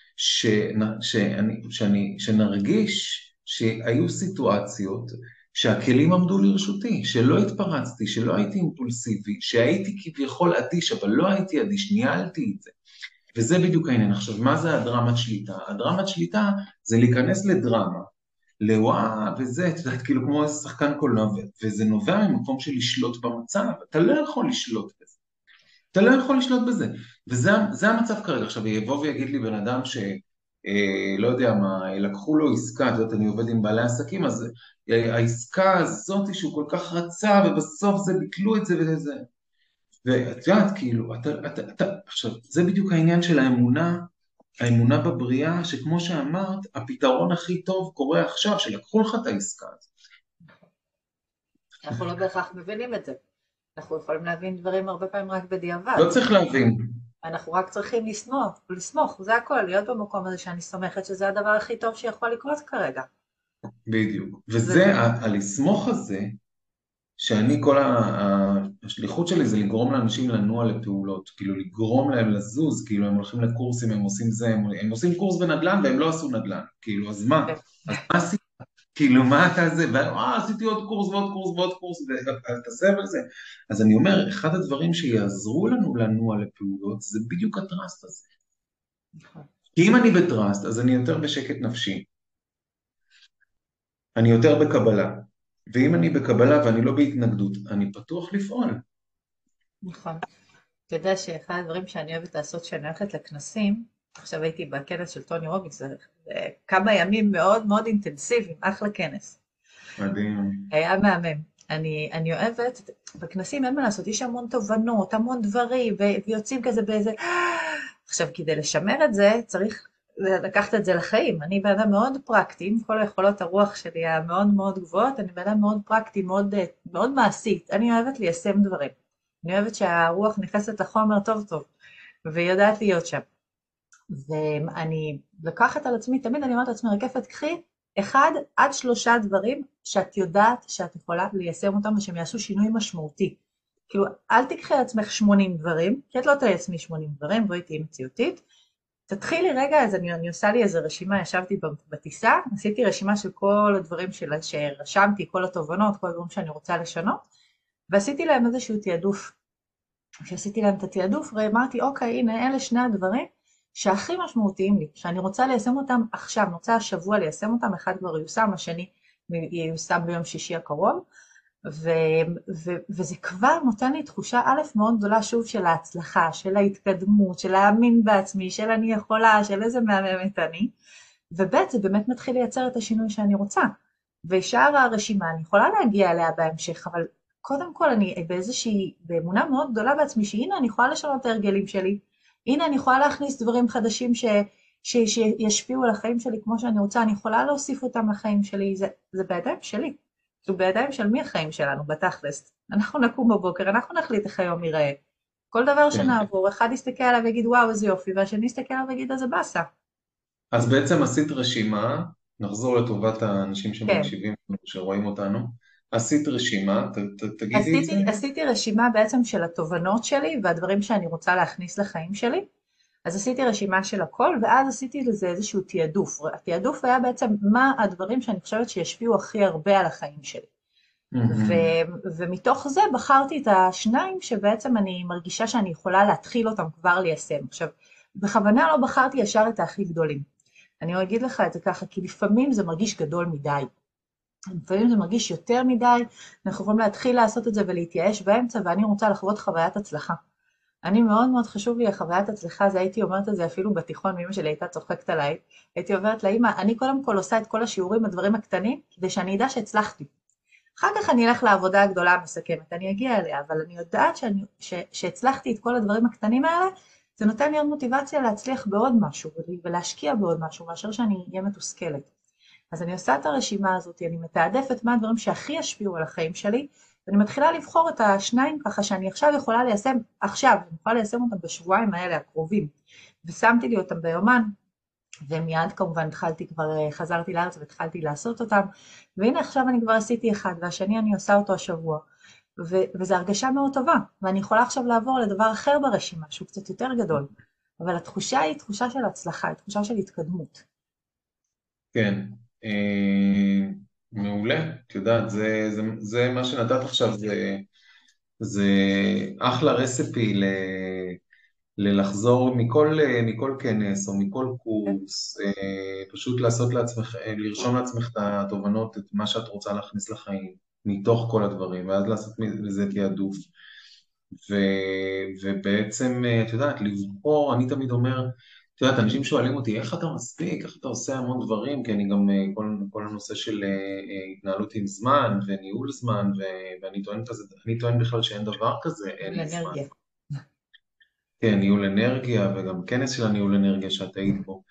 S3: שנרגיש שהיו סיטואציות שהכלים עמדו לרשותי, שלא התפרצתי, שלא הייתי אימפולסיבי, שהייתי כביכול אדיש, אבל לא הייתי אדיש, ניהלתי את זה. וזה בדיוק העניין. עכשיו, מה זה הדרמת שליטה? הדרמת שליטה זה להיכנס לדרמה, לוואה וזה, אתה יודעת, כאילו כמו איזה שחקן קולנוע, וזה נובע ממקום של לשלוט במצב, אתה לא יכול לשלוט בזה. אתה לא יכול לשלוט בזה. וזה המצב כרגע. עכשיו, יבוא ויגיד לי בן אדם לא יודע מה, לקחו לו עסקה, את יודעת, אני עובד עם בעלי עסקים, אז העסקה הזאת שהוא כל כך רצה, ובסוף זה ביטלו את זה וזה. ואת יודעת, כאילו, עכשיו, זה בדיוק העניין של האמונה בבריאה, שכמו שאמרת, הפתרון הכי טוב קורה עכשיו, שלקחו לך את העסקה הזאת.
S2: אנחנו לא בהכרח מבינים את זה. אנחנו יכולים להבין דברים הרבה פעמים רק בדיעבד.
S3: לא צריך להבין.
S2: אנחנו רק צריכים לסמוך, זה הכל, להיות במקום הזה שאני סומכת, שזה הדבר הכי טוב שיכול לקרות כרגע.
S3: בדיוק. וזה, הלסמוך הזה, שאני כל השליחות שלי זה לגרום לאנשים לנוע לפעולות, כאילו לגרום להם לזוז, כאילו הם הולכים לקורסים, הם עושים זה, הם עושים קורס בנדל"ן והם לא עשו נדל"ן, כאילו אז מה? אז מה עשית? כאילו מה אתה זה? עשיתי עוד קורס ועוד קורס ועוד קורס, ואתה סבל על זה. אז אני אומר, אחד הדברים שיעזרו לנו לנוע לפעולות, זה בדיוק הטראסט הזה. כי אם אני בטראסט, אז אני יותר בשקט נפשי. אני יותר בקבלה. ואם אני בקבלה ואני לא בהתנגדות, אני פתוח לפעול.
S2: נכון. אתה יודע שאחד הדברים שאני אוהבת לעשות כשאני הולכת לכנסים, עכשיו הייתי בכנס של טוני רובינס, זה כמה ימים מאוד מאוד אינטנסיביים, אחלה כנס.
S3: מדהים.
S2: היה מהמם. אני אוהבת, בכנסים אין מה לעשות, יש המון תובנות, המון דברים, ויוצאים כזה באיזה... עכשיו, כדי לשמר את זה, צריך לקחת את זה לחיים. אני בן אדם מאוד פרקטי, עם כל היכולות הרוח שלי המאוד מאוד גבוהות, אני בן אדם מאוד פרקטי, מאוד, מאוד מעשית. אני אוהבת ליישם דברים. אני אוהבת שהרוח נכנסת לחומר טוב טוב, והיא יודעת להיות שם. ואני לקחת על עצמי, תמיד אני אומרת לעצמי, רקפת, קחי 1 עד 3 דברים שאת יודעת שאת יכולה ליישם אותם ושהם יעשו שינוי משמעותי. כאילו, אל תקחי על עצמך 80 דברים, כי את לא תיישמי 80 דברים, בואי תהיי מציאותית. תתחילי רגע, אז אני עושה לי איזו רשימה, ישבתי בטיסה, עשיתי רשימה של כל הדברים שרשמתי, כל התובנות, כל הדברים שאני רוצה לשנות, ועשיתי להם איזשהו תיעדוף. כשעשיתי להם את התיעדוף, אמרתי, אוקיי, הנה, אלה 2 הדברים שהכי משמעותיים לי, שאני רוצה ליישם אותם עכשיו, אני רוצה השבוע ליישם אותם, אחד כבר יושם, השני ייושם ביום שישי הקרוב, וזה כבר נותן לי תחושה א' מאוד גדולה שוב של ההצלחה, של ההתקדמות, של להאמין בעצמי, של אני יכולה, של איזה מהממת אני, וב' זה באמת מתחיל לייצר את השינוי שאני רוצה. ושאר הרשימה, אני יכולה להגיע אליה בהמשך, אבל קודם כל אני באמונה מאוד גדולה בעצמי, שהנה אני יכולה לשנות את ההרגלים שלי, הנה אני יכולה להכניס דברים חדשים שישפיעו על החיים שלי כמו שאני רוצה, אני יכולה להוסיף אותם לחיים שלי, זה בידיים שלי. זה בידיים של מי החיים שלנו, בתכלס. אנחנו נקום בבוקר, אנחנו נחליט איך היום ייראה. כל דבר
S3: כן.
S2: שנעבור, אחד יסתכל עליו ויגיד וואו איזה יופי, והשני יסתכל עליו ויגיד איזה באסה.
S3: אז בעצם עשית רשימה, נחזור לטובת האנשים
S2: כן.
S3: שמקשיבים, שרואים אותנו, עשית רשימה, תגידי את זה?
S2: עשיתי רשימה בעצם של התובנות שלי והדברים שאני רוצה להכניס לחיים שלי, אז עשיתי רשימה של הכל, ואז עשיתי לזה איזשהו תיעדוף. התיעדוף היה בעצם מה הדברים שאני חושבת שישפיעו הכי הרבה על החיים שלי. ומתוך זה בחרתי את 2 שבעצם אני מרגישה שאני יכולה להתחיל אותם כבר ליישם. עכשיו, בכוונה לא בחרתי ישר את הכי גדולים. אני אגיד לך את זה ככה, כי לפעמים זה מרגיש גדול מדי. לפעמים זה מרגיש יותר מדי, אנחנו יכולים להתחיל לעשות את זה ולהתייאש באמצע, ואני רוצה לחוות חוויית הצלחה. אני מאוד מאוד חשוב לי החוויית הצלחה, זה הייתי אומרת את זה אפילו בתיכון, אמא שלי הייתה צוחקת עליי, הייתי אומרת לה, אמא, אני קודם כל עושה את כל השיעורים, הדברים הקטנים, כדי שאני אדע שהצלחתי. אחר כך אני אלך לעבודה הגדולה המסכמת, אני אגיע אליה, אבל אני יודעת שהצלחתי את כל הדברים הקטנים האלה, זה נותן לי עוד מוטיבציה להצליח בעוד משהו, ולהשקיע בעוד משהו, מאשר שאני אהיה מתוסכלת. אז אני עושה את הרשימה הזאת, אני מתעדפת מה הדברים שהכי ישפיעו על החיים שלי, ואני מתחילה לבחור את 2 ככה שאני עכשיו יכולה ליישם, אני יכולה ליישם אותם בשבועיים האלה הקרובים, ושמתי לי אותם ביומן, ומיד כמובן חזרתי לארץ והתחלתי לעשות אותם, והנה עכשיו אני כבר עשיתי אחד, והשני אני עושה אותו השבוע, וזו הרגשה מאוד טובה, ואני יכולה עכשיו לעבור לדבר אחר ברשימה, שהוא קצת יותר גדול, אבל התחושה היא תחושה של הצלחה, היא תחושה של התקדמות.
S3: כן, מעולה, את יודעת, זה מה שנתת עכשיו, זה אחלה רסיפי ללחזור מכל כנס או מכל קורס, פשוט לעשות לעצמך, לרשום לעצמך את התובנות, את מה שאת רוצה להכניס לחיים, מתוך כל הדברים, ואז לעשות לזה תיעדוף. ובעצם, את יודעת, לבחור, אני תמיד אומר, את יודעת, אנשים שואלים אותי, איך אתה מספיק, איך אתה עושה המון דברים, כי אני גם, כל הנושא של התנהלות עם זמן וניהול זמן, ואני טוען כזה, אני טוען בכלל שאין דבר כזה, אין לי זמן. כן, ניהול אנרגיה, וגם כנס של הניהול אנרגיה שאת היית בו,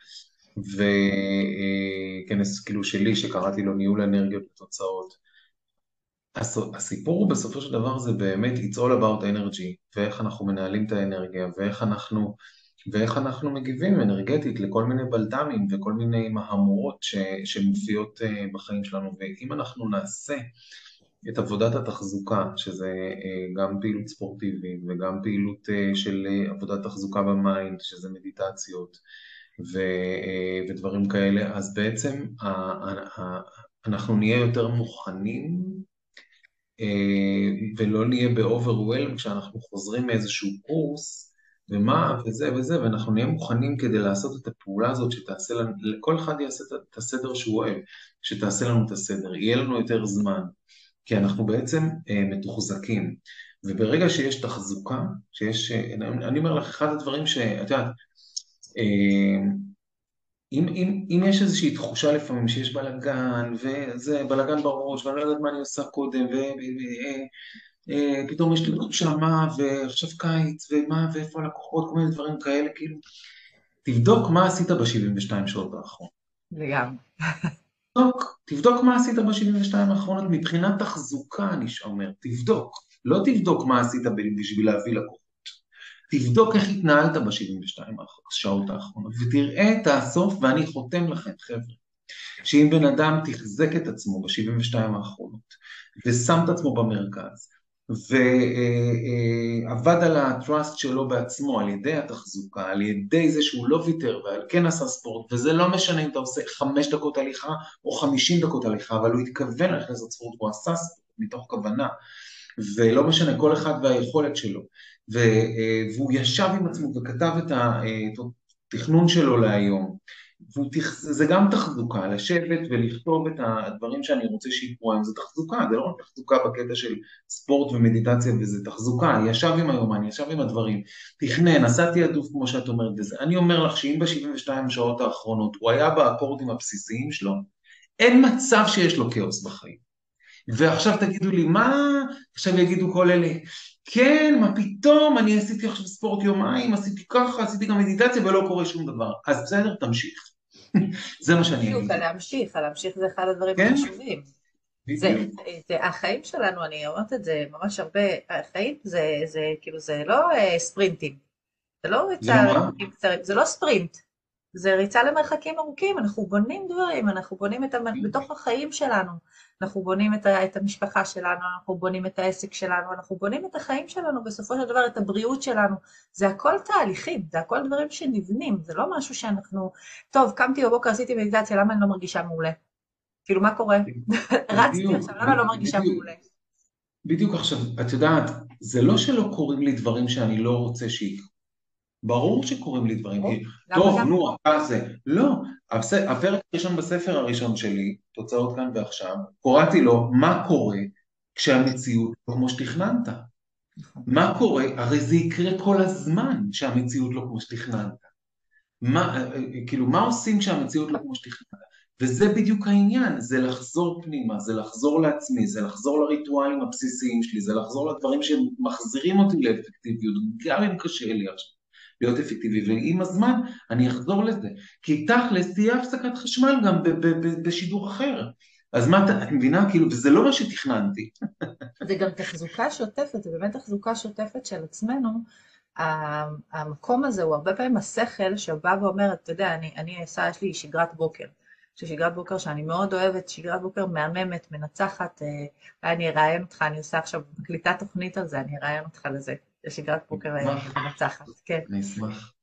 S3: וכנס כאילו שלי שקראתי לו ניהול אנרגיות ותוצאות. הסיפור הוא בסופו של דבר זה באמת it's all about energy, ואיך אנחנו מנהלים את האנרגיה, ואיך אנחנו מגיבים אנרגטית לכל מיני בלדמים וכל מיני מהמורות שמופיעות בחיים שלנו, ואם אנחנו נעשה את עבודת התחזוקה, שזה גם פעילות ספורטיבית וגם פעילות של עבודת תחזוקה במיינד, שזה מדיטציות ודברים כאלה, אז בעצם אנחנו נהיה יותר מוכנים ולא נהיה ב-overwhelm כשאנחנו חוזרים מאיזשהו קורס, ומה, וזה וזה, ואנחנו נהיה מוכנים כדי לעשות את הפעולה הזאת שתעשה לנו, לכל אחד יעשה את הסדר שהוא אוהב, שתעשה לנו את הסדר, יהיה לנו יותר זמן, כי אנחנו בעצם מתוחזקים, וברגע שיש תחזוקה, אני אומר לך, אחד הדברים שאת יודעת, אם יש איזושהי תחושה לפעמים שיש בלגן, וזה בלגן בראש, ואני לא יודעת מה אני עושה קודם, פתאום יש לי תחושה מה, ועכשיו קיץ, ומה, ואיפה הלקוחות, כל מיני דברים כאלה, כאילו, תבדוק מה עשית ב-72 שעות האחרונות.
S2: לגמרי.
S3: תבדוק מה עשית ב-72 האחרונות, מבחינת תחזוקה, אני אומר, תבדוק. לא תבדוק מה עשית בשביל להביא לקוחות. תבדוק איך התנהלת ב-72 שעות האחרונות, ותראה את הסוף, ואני חותם לכם, חבר'ה, שאם בן אדם תחזק את עצמו ב-72 האחרונות, ושם את עצמו במרכז, ועבד על ה-trust שלו בעצמו, על ידי התחזוקה, על ידי זה שהוא לא ויתר, ועל כן עשה ספורט, וזה לא משנה אם אתה עושה 5 דקות הליכה, או 50 דקות הליכה, אבל הוא התכוון ללכת לעשות ספורט, הוא עשה ספורט מתוך כוונה, ולא משנה כל אחד והיכולת שלו, והוא ישב עם עצמו וכתב את התכנון שלו להיום, זה גם תחזוקה, לשבת ולכתוב את הדברים שאני רוצה שיקרו היום, זה תחזוקה, זה לא רק תחזוקה בקטע של ספורט ומדיטציה, וזה תחזוקה, ישב עם היומן, ישב עם הדברים, תכנן, עשה תיעדוף כמו שאת אומרת בזה, אני אומר לך שאם ב-72 שעות האחרונות הוא היה באקורדים הבסיסיים שלו, אין מצב שיש לו כאוס בחיים. ועכשיו תגידו לי, מה? עכשיו יגידו כל אלה, כן, מה פתאום, אני עשיתי עכשיו ספורט יומיים, עשיתי ככה, עשיתי גם מדיטציה ולא קורה שום דבר. אז בסדר, תמשיך. זה מה שאני אגיד.
S2: להמשיך זה אחד הדברים החשובים. החיים שלנו, אני אומרת את זה ממש הרבה, החיים זה כאילו, זה לא ספרינטים. זה לא ריצה למרחקים קצרים, זה לא ספרינט. זה ריצה למרחקים ארוכים, אנחנו בונים דברים, אנחנו בונים בתוך החיים שלנו, אנחנו בונים את המשפחה שלנו, אנחנו בונים את העסק שלנו, אנחנו בונים את החיים שלנו, בסופו של דבר את הבריאות שלנו, זה הכל תהליכים, זה הכל דברים שנבנים, זה לא משהו שאנחנו, טוב, קמתי בבוקר, עשיתי מדיטציה, למה אני לא מרגישה מעולה? כאילו, מה קורה? רצתי עכשיו, למה לא מרגישה מעולה?
S3: בדיוק עכשיו, את יודעת, זה לא שלא קוראים לי דברים שאני לא רוצה שיקרו, ברור שקוראים לי דברים, טוב, נו, זה, לא, הפרק הראשון בספר הראשון שלי, תוצאות כאן ועכשיו, קוראתי לו, מה קורה כשהמציאות לא כמו שתכננת? מה קורה? הרי זה יקרה כל הזמן שהמציאות לא כמו שתכננת. כאילו, מה עושים כשהמציאות לא כמו שתכננת? וזה בדיוק העניין, זה לחזור פנימה, זה לחזור לעצמי, זה לחזור לריטואלים הבסיסיים שלי, זה לחזור לדברים שמחזירים אותי לאפקטיביות, גם אם קשה לי עכשיו. להיות אפקטיבי, ועם הזמן אני אחזור לזה, כי תכלס תהיה הפסקת חשמל גם בשידור אחר, אז מה את מבינה? כאילו, וזה לא מה שתכננתי.
S2: זה גם תחזוקה שוטפת, זה באמת תחזוקה שוטפת של עצמנו, המקום הזה הוא הרבה פעמים השכל שבא ואומר, אתה יודע, יש לי שגרת בוקר, שגרת בוקר שאני מאוד אוהבת, שגרת בוקר מהממת, מנצחת, אני אראיין אותך, אני עושה עכשיו קליטת תוכנית על זה, אני אראיין אותך לזה. שגרת בוקר מנצחת, כן.
S3: אני אשמח.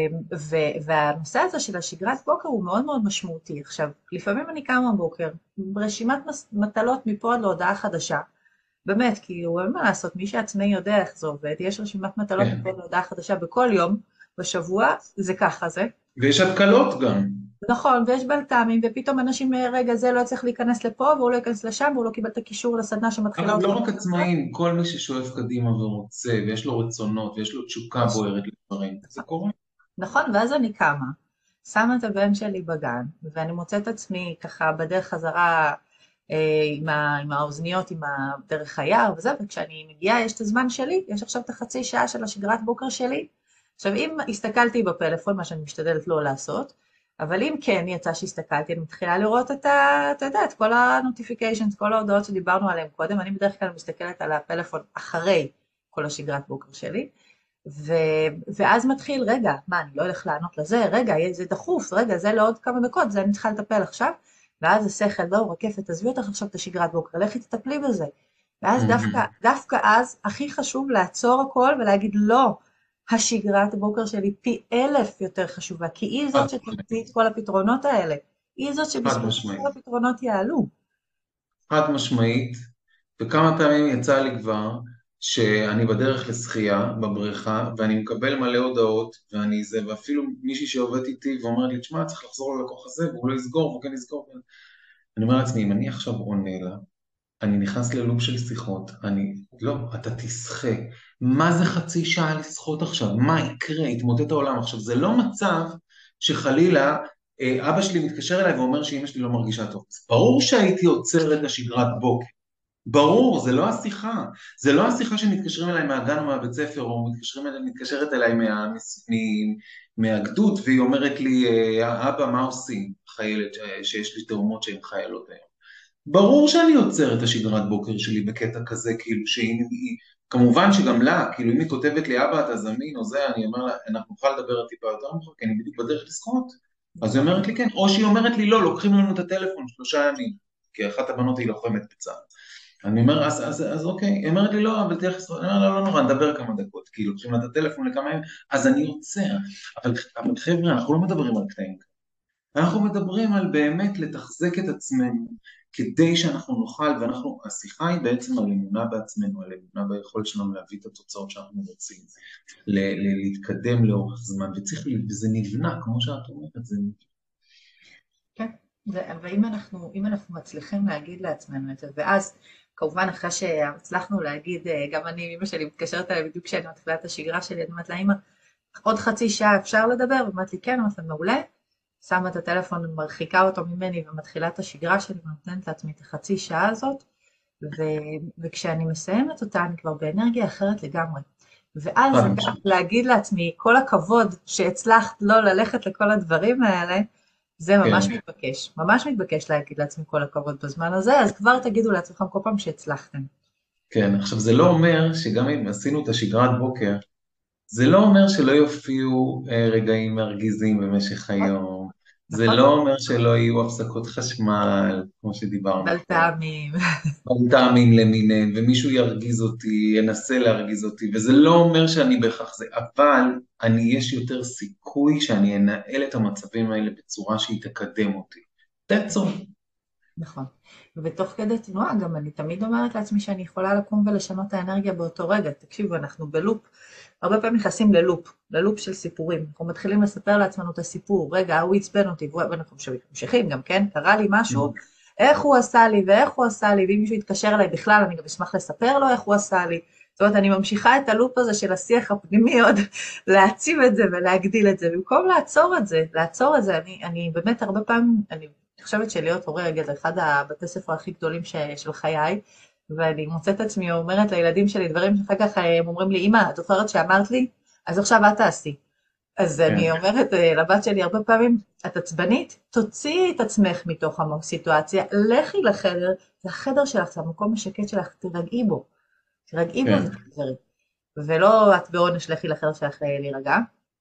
S2: והנושא הזה של השגרת בוקר הוא מאוד מאוד משמעותי. עכשיו, לפעמים אני קמה בוקר, ברשימת מטלות מפה עד להודעה חדשה, באמת, כי הוא אין מה לעשות, מי שעצמאי יודע איך זה עובד, יש רשימת מטלות מפה עד להודעה חדשה בכל יום, בשבוע, זה ככה זה.
S3: ויש התקלות גם.
S2: נכון, ויש בלת"מים, ופתאום אנשים, רגע, זה לא צריך להיכנס לפה, והוא לא ייכנס לשם, והוא לא קיבל את הקישור לסדנה שמתחילה.
S3: אבל לא רק עצמאים, כל מי ששואף קדימה ורוצה, ויש לו רצונות, ויש לו תשוקה בוערת לדברים, זה קורה.
S2: נכון, ואז אני קמה, שמה את הבן שלי בגן, ואני מוצאת עצמי ככה בדרך חזרה עם האוזניות, עם דרך היער וזה, וכשאני מגיעה, יש את הזמן שלי, יש עכשיו את החצי שעה של השגרת בוקר שלי. עכשיו, אם הסתכלתי בפלאפון, מה שאני משתדלת לא לעשות, אבל אם כן יצא שהסתכלתי, אני מתחילה לראות אתה יודע, את כל הנוטיפיקיישנס, כל ההודעות שדיברנו עליהן קודם, אני בדרך כלל מסתכלת על הפלאפון אחרי כל השגרת בוקר שלי, ואז מתחיל, רגע, מה, אני לא הולך לענות לזה, רגע, זה דחוף, רגע, זה לעוד כמה דקות, זה אני צריכה לטפל עכשיו, ואז השכל, לא, רקפת, תעזבי אותך עכשיו את השגרת בוקר, לכי תטפלי בזה, ואז דווקא אז הכי חשוב לעצור הכל ולהגיד לא, השגרת בוקר שלי פי 1000 יותר חשובה, כי היא זאת שתמציא את כל הפתרונות האלה, היא זאת שבסופו כל הפתרונות יעלו.
S3: חד משמעית, וכמה פעמים יצא לי כבר, שאני בדרך לשחייה בבריכה, ואני מקבל מלא הודעות, ואפילו מישהי שעובדת איתי ואומרת לי, תשמע, צריך לחזור ללקוח הזה, והוא לא יסגור, והוא כן יסגור. אני אומר לעצמי, אם אני עכשיו עונה לה, אני נכנס ללופ של שיחות, לא, אתה תשחה. מה זה חצי שעה לשחות עכשיו? מה יקרה? יתמוטט העולם. עכשיו, זה לא מצב שחלילה אבא שלי מתקשר אליי ואומר שאמא שלי לא מרגישה טוב. ברור שהייתי עוצר את השגרת בוקר. ברור, זה לא השיחה. זה לא השיחה שמתקשרים אליי מהגן או מהבית ספר, או מתקשרת אליי מהגדוד, והיא אומרת לי, אבא, מה עושים? חיילת, שיש לי תאומות שהן חיילות היום. ברור שאני עוצר את השגרת בוקר שלי בקטע כזה, כאילו שאם היא, כמובן שגם לה, כאילו אם היא כותבת לי, אבא, אתה זמין או זה, אני אומר לה, אנחנו נוכל לדבר טיפה יותר מאוחר, כי אני בדיוק בדרך לשחות. אז היא אומרת לי כן, או שהיא אומרת לי, לא, לוקחים לנו את הטלפון 3 ימים, כי אחת הבנות היא לוחמת בצה"ל. אני אומר, אז אוקיי, היא אומרת לי, לא, אבל תלך לשחות, אני אומר, לא, לא נורא, נדבר כמה דקות, כאילו, לוקחים לה את הטלפון לכמה ימים, אז אני עוצר. אבל חבר'ה, אנחנו לא מדברים על קטעים. אנחנו מדברים על באמת לתחזק את עצמנו, כדי שאנחנו נוכל, השיחה היא בעצם על אמונה בעצמנו, על אמונה ביכולת שלנו להביא את התוצאות שאנחנו רוצים, להתקדם לאורך זמן, וזה נבנה, כמו שאת אומרת, זה נבנה.
S2: כן, ואם אנחנו מצליחים להגיד לעצמנו את זה, ואז כמובן אחרי שהצלחנו להגיד, גם אני, אמא שלי מתקשרת אליי בדיוק כשאני מתחילה את השגרה שלי, אני אומרת לה, אמא, עוד חצי שעה אפשר לדבר? ואומרת לי, כן, אמרת לה, מעולה, שמה את הטלפון, מרחיקה אותו ממני ומתחילה את השגרה שלי, ונותנת לעצמי את החצי שעה הזאת, וכשאני מסיימת אותה, אני כבר באנרגיה אחרת לגמרי. ואז להגיד לעצמי, כל הכבוד שהצלחת לא ללכת לכל הדברים האלה, זה ממש מתבקש, ממש מתבקש להגיד לעצמי כל הכבוד בזמן הזה, אז כבר תגידו לעצמכם כל פעם שהצלחתם.
S3: כן, עכשיו זה לא אומר שגם אם עשינו את השגרת בוקר, זה לא אומר שלא יופיעו רגעים מרגיזים במשך היום, זה לא אומר שלא יהיו הפסקות חשמל, כמו שדיברנו. בלטעמים למיניהם, ומישהו ירגיז אותי, ינסה להרגיז אותי, וזה לא אומר שאני בהכרח זה, אבל יש יותר סיכוי שאני אנהל את המצבים האלה בצורה שהיא תקדם אותי. that's all.
S2: נכון. ובתוך כדי תנועה גם אני תמיד אומרת לעצמי שאני יכולה לקום ולשנות את האנרגיה באותו רגע. תקשיבו, אנחנו בלופ, הרבה פעמים נכנסים ללופ של סיפורים. אנחנו מתחילים לספר לעצמנו את הסיפור, רגע, הוא עצבן אותי, ואנחנו ממשיכים גם, כן? קרה לי משהו, איך הוא עשה לי ואיך הוא עשה לי, ואם מישהו יתקשר אליי בכלל, אני גם אשמח לספר לו איך הוא עשה לי. זאת אומרת, אני ממשיכה את הלופ הזה של השיח הפנימי עוד, להציב את זה ולהגדיל את זה, במקום לעצור את זה, אני באמת הרבה פעמים, אני חושבת שלהיות הורה רגע, זה אחד הבתי ספר הכי גדולים של חיי, ואני מוצאת עצמי אומרת לילדים שלי דברים שאחר כך הם אומרים לי, אמא, את זוכרת שאמרת לי? אז עכשיו את תעשי. אז אני אומרת לבת שלי הרבה פעמים, את עצבנית, תוציאי את עצמך מתוך הסיטואציה, לכי לחדר, זה החדר שלך, זה המקום השקט שלך, תרגעי בו ולא את בעונש לכי לחדר שלך להירגע.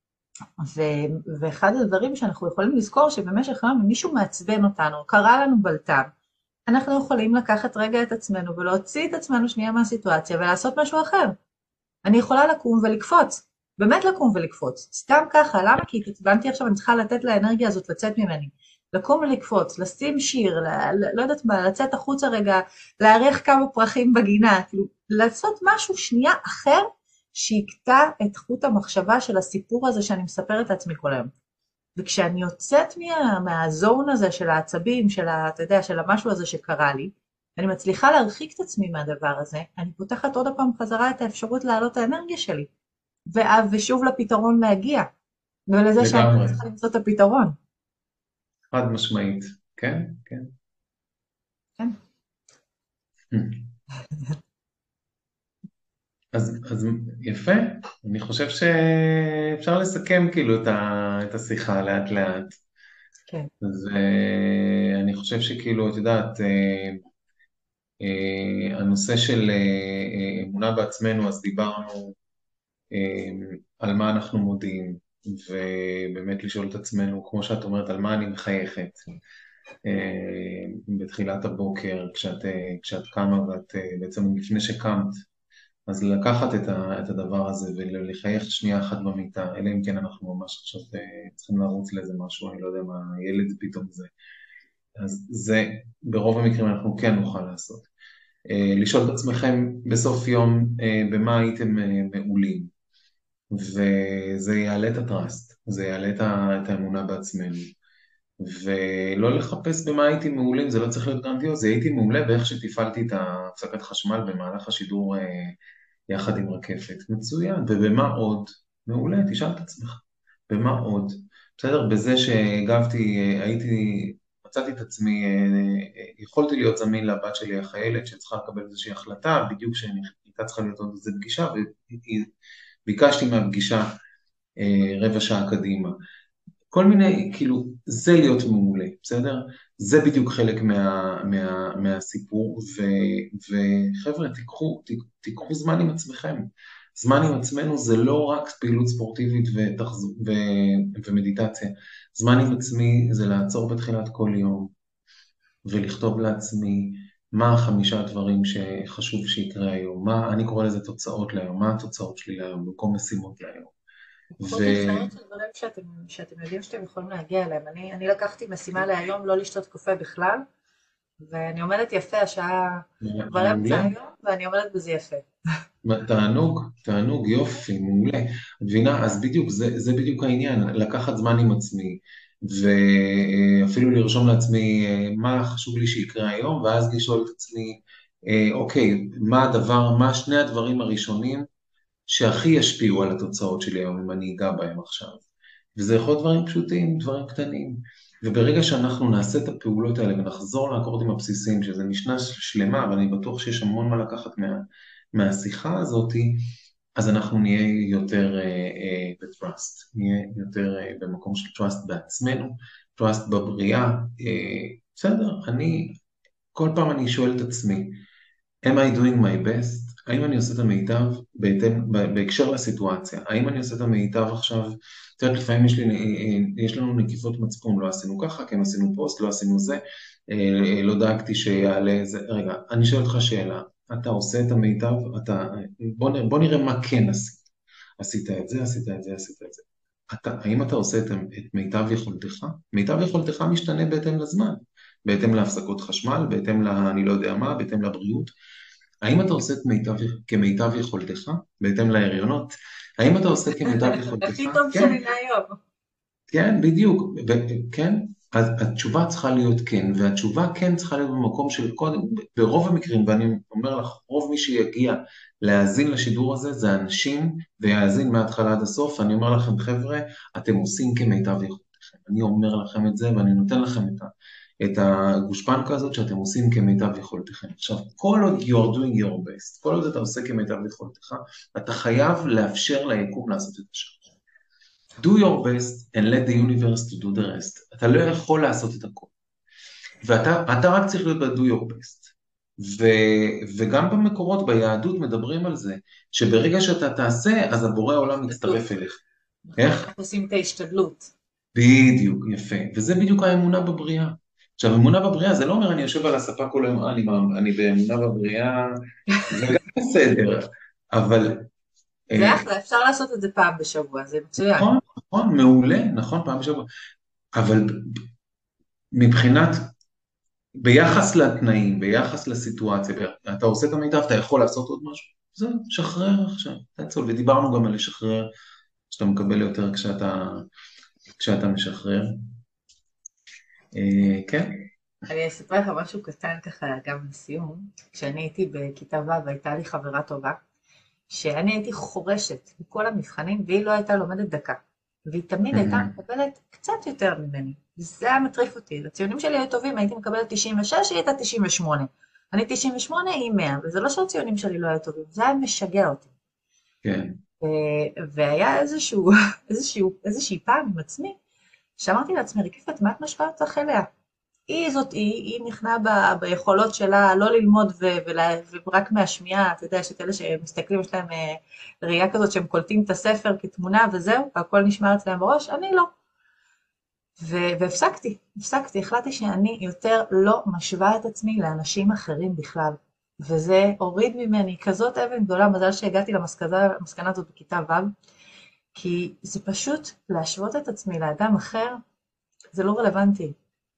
S2: ואחד הדברים שאנחנו יכולים לזכור שבמשך היום, אם מישהו מעצבן אותנו, קרא לנו בלטם, אנחנו יכולים לקחת רגע את עצמנו ולהוציא את עצמנו שנייה מהסיטואציה ולעשות משהו אחר. אני יכולה לקום ולקפוץ, באמת לקום ולקפוץ, סתם ככה, למה? כי התעצבנתי עכשיו, אני צריכה לתת לאנרגיה הזאת לצאת ממני. לקום ולקפוץ, לשים שיר, לא יודעת מה, לצאת החוצה רגע, להעריך כמה פרחים בגינה, כאילו, לעשות משהו שנייה אחר, שיקטע את חוט המחשבה של הסיפור הזה שאני מספרת לעצמי כל היום. וכשאני יוצאת מהזון הזה של העצבים, אתה יודע, של המשהו הזה שקרה לי, אני מצליחה להרחיק את עצמי מהדבר הזה, אני פותחת עוד הפעם חזרה את האפשרות להעלות האנרגיה שלי, ושוב לפתרון להגיע, ולזה שאני צריכה למצוא את הפתרון.
S3: חד משמעית, כן, כן.
S2: כן.
S3: אז יפה, אני חושב שאפשר לסכם כאילו את השיחה לאט לאט.
S2: כן.
S3: אז אני חושב שכאילו, את יודעת, הנושא של אמונה בעצמנו, אז דיברנו על מה אנחנו מודיעים, ובאמת לשאול את עצמנו, כמו שאת אומרת, על מה אני מחייכת. בתחילת הבוקר, כשאת קמה ואת בעצם לפני שקמת, אז לקחת את הדבר הזה ולחייך שנייה אחת במיטה, אלא אם כן אנחנו ממש עכשיו צריכים לרוץ לאיזה משהו, אני לא יודע מה, ילד פתאום זה. אז זה ברוב המקרים אנחנו כן נוכל לעשות. לשאול את עצמכם בסוף יום במה הייתם מעולים, וזה יעלה את הטראסט, זה יעלה את האמונה בעצמנו. ולא לחפש במה הייתי מעולים, זה לא צריך להיות גרנדיוזי, הייתי מעולה באיך שתפעלתי את הפסקת חשמל במהלך השידור יחד עם רקפת, מצוין, ובמה עוד? מעולה, תשאל את עצמך, במה עוד? בסדר, בזה שהגבתי, מצאתי את עצמי, יכולתי להיות זמין לבת שלי החיילת שצריכה לקבל איזושהי החלטה, בדיוק שהייתה צריכה להיות עוד איזו פגישה, וביקשתי מהפגישה רבע שעה קדימה. כל מיני, כאילו, זה להיות מעולה, בסדר? זה בדיוק חלק מהסיפור, וחבר'ה, תיקחו זמן עם עצמכם. זמן עם עצמנו זה לא רק פעילות ספורטיבית ומדיטציה. זמן עם עצמי זה לעצור בתחילת כל יום, ולכתוב לעצמי מה 5 דברים שחשוב שיקרה היום, אני קורא לזה תוצאות להיום, מה התוצאות שלי להיום, במקום משימות להיום.
S2: קחו תוצאות של דברים שאתם יודעים שאתם יכולים להגיע אליהם. אני לקחתי משימה להיום לא לשתות קפה בכלל, ואני עומדת יפה השעה כבר אמצע היום, ואני עומדת בזה יפה.
S3: תענוג, יופי, מעולה. את מבינה? אז בדיוק, זה בדיוק העניין, לקחת זמן עם עצמי, ואפילו לרשום לעצמי מה חשוב לי שיקרה היום, ואז לשאול את עצמי, אוקיי, מה 2 הדברים הראשונים שהכי ישפיעו על התוצאות שלי היום, אם אני אגע בהם עכשיו. וזה יכול להיות דברים פשוטים, דברים קטנים. וברגע שאנחנו נעשה את הפעולות האלה, ונחזור לאקורדים הבסיסיים, שזה משנה שלמה, ואני בטוח שיש המון מה לקחת מהשיחה הזאת, אז אנחנו נהיה יותר ב-trust, נהיה יותר במקום של trust בעצמנו, trust בבריאה. בסדר, כל פעם אני שואל את עצמי, am I doing my best? האם אני עושה את המיטב בהקשר לסיטואציה? האם אני עושה את המיטב עכשיו? אתה יודע, לפעמים יש לנו נקיפות מצפון, לא עשינו ככה, כן עשינו פוסט, לא עשינו זה, לא דאגתי שיעלה זה. רגע, אני שואל אותך שאלה, אתה עושה את המיטב, בוא נראה מה כן עשית. עשית את זה, עשית את זה, עשית את זה. האם אתה עושה את מיטב יכולתך? מיטב יכולתך משתנה בהתאם לזמן, בהתאם להפסקות חשמל, בהתאם אני לא יודע מה, בהתאם לבריאות. האם אתה עושה כמיטב יכולתך, בהתאם להריונות? האם אתה עושה כמיטב יכולתך?
S2: הכי טוב שלי להיום.
S3: כן, בדיוק, כן. אז התשובה צריכה להיות כן, והתשובה כן צריכה להיות במקום של קודם, ברוב המקרים, ואני אומר לך, רוב מי שיגיע להאזין לשידור הזה, זה אנשים, ויאזין מההתחלה עד הסוף, אני אומר לכם, חבר'ה, אתם עושים כמיטב יכולתכם. אני אומר לכם את זה, ואני נותן לכם את הגושפנקה הזאת שאתם עושים כמיטב יכולתכם. עכשיו, כל עוד you are doing your best, כל עוד אתה עושה כמיטב יכולתך, אתה חייב לאפשר ליקום לעשות את השאר. Do your best and let the universe to do the rest. אתה לא יכול לעשות את הכל. ואתה רק צריך להיות ב-do your best. וגם במקורות, ביהדות מדברים על זה, שברגע שאתה תעשה, אז הבורא העולם מצטרף אליך. איך?
S2: אנחנו עושים את ההשתדלות.
S3: בדיוק, יפה. וזה בדיוק האמונה בבריאה. עכשיו, אמונה בבריאה, זה לא אומר אני יושב על הספה כל היום, אני באמונה בבריאה, זה גם בסדר, אבל...
S2: זה אחלה, אפשר לעשות את זה פעם בשבוע, זה מצוין.
S3: נכון, מעולה, נכון, פעם בשבוע. אבל מבחינת, ביחס לתנאים, ביחס לסיטואציה, אתה עושה את המיטב, אתה יכול לעשות עוד משהו, זה שחרר עכשיו, תעצול, ודיברנו גם על לשחרר, שאתה מקבל יותר כשאתה משחרר. כן.
S2: אני אספר לך משהו קטן ככה גם לסיום. כשאני הייתי בכיתה ו' הייתה לי חברה טובה, שאני הייתי חורשת בכל המבחנים, והיא לא הייתה לומדת דקה. והיא תמיד הייתה מקבלת קצת יותר ממני. זה היה מטריף אותי. הציונים שלי היו טובים, הייתי מקבלת 96, היא הייתה 98. אני 98, היא 100, וזה לא שהציונים שלי לא היו טובים, זה היה משגע אותי.
S3: כן.
S2: והיה איזושהי פעם עם עצמי, שאמרתי לעצמי, רקפת, מה את משווה אותך אליה? היא נכנעה ביכולות שלה לא ללמוד ורק מהשמיעה, אתה יודע, יש את אלה שמסתכלים, יש להם ראייה כזאת שהם קולטים את הספר כתמונה וזהו, והכל נשמר אצלם בראש, אני לא. והפסקתי, החלטתי שאני יותר לא משווה את עצמי לאנשים אחרים בכלל, וזה הוריד ממני כזאת אבן גדולה, מזל שהגעתי למסקנה הזאת בכיתה ו', כי זה פשוט להשוות את עצמי לאדם אחר, זה לא רלוונטי.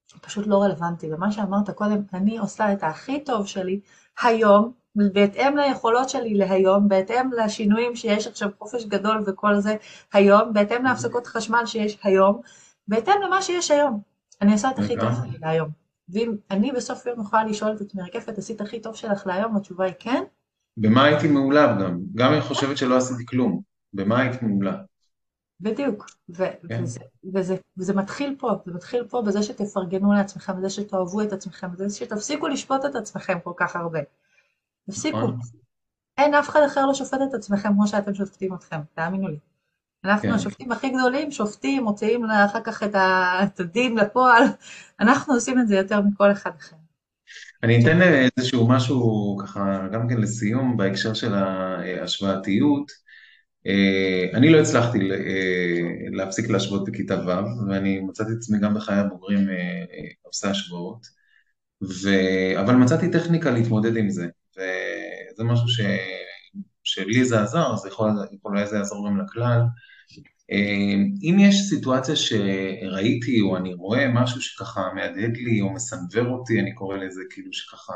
S2: פשוט לא רלוונטי. ומה שאמרת קודם, אני עושה את הכי טוב שלי היום, בהתאם ליכולות שלי להיום, בהתאם לשינויים שיש עכשיו חופש גדול וכל זה היום, בהתאם להפסקות חשמל שיש היום, בהתאם למה שיש היום. אני עושה את הכי טוב
S3: לגמרי.
S2: שלי להיום. ואם אני בסוף יום יכולה לשאול את עצמי, רקפת, עשית הכי טוב שלך להיום? התשובה היא כן.
S3: במה הייתי מעולה גם? גם אני חושבת שלא עשיתי כלום. במה היית מעולה?
S2: בדיוק,
S3: כן,
S2: וזה מתחיל פה, זה מתחיל פה בזה שתפרגנו לעצמכם, בזה שתאהבו את עצמכם, בזה שתפסיקו לשפוט את עצמכם כל כך הרבה. תפסיקו.
S3: נכון?
S2: אין אף אחד אחר לא שופט את עצמכם כמו שאתם שופטים אתכם, תאמינו לי. אנחנו
S3: כן.
S2: השופטים הכי גדולים, שופטים, מוציאים אחר כך את הדין לפועל, אנחנו עושים את זה יותר מכל אחד אחר.
S3: אני אתן איזשהו משהו ככה גם כן לסיום בהקשר של ההשוואתיות. אני לא הצלחתי להפסיק להשוות בכיתה ו', ואני מצאתי את עצמי גם בחיי הבוגרים עושה השוואות, אבל מצאתי טכניקה להתמודד עם זה, וזה משהו שלי זה עזר, אז אולי זה יעזור גם לכלל. אם יש סיטואציה שראיתי או אני רואה משהו שככה מהדהד לי או מסנוור אותי, אני קורא לזה כאילו שככה,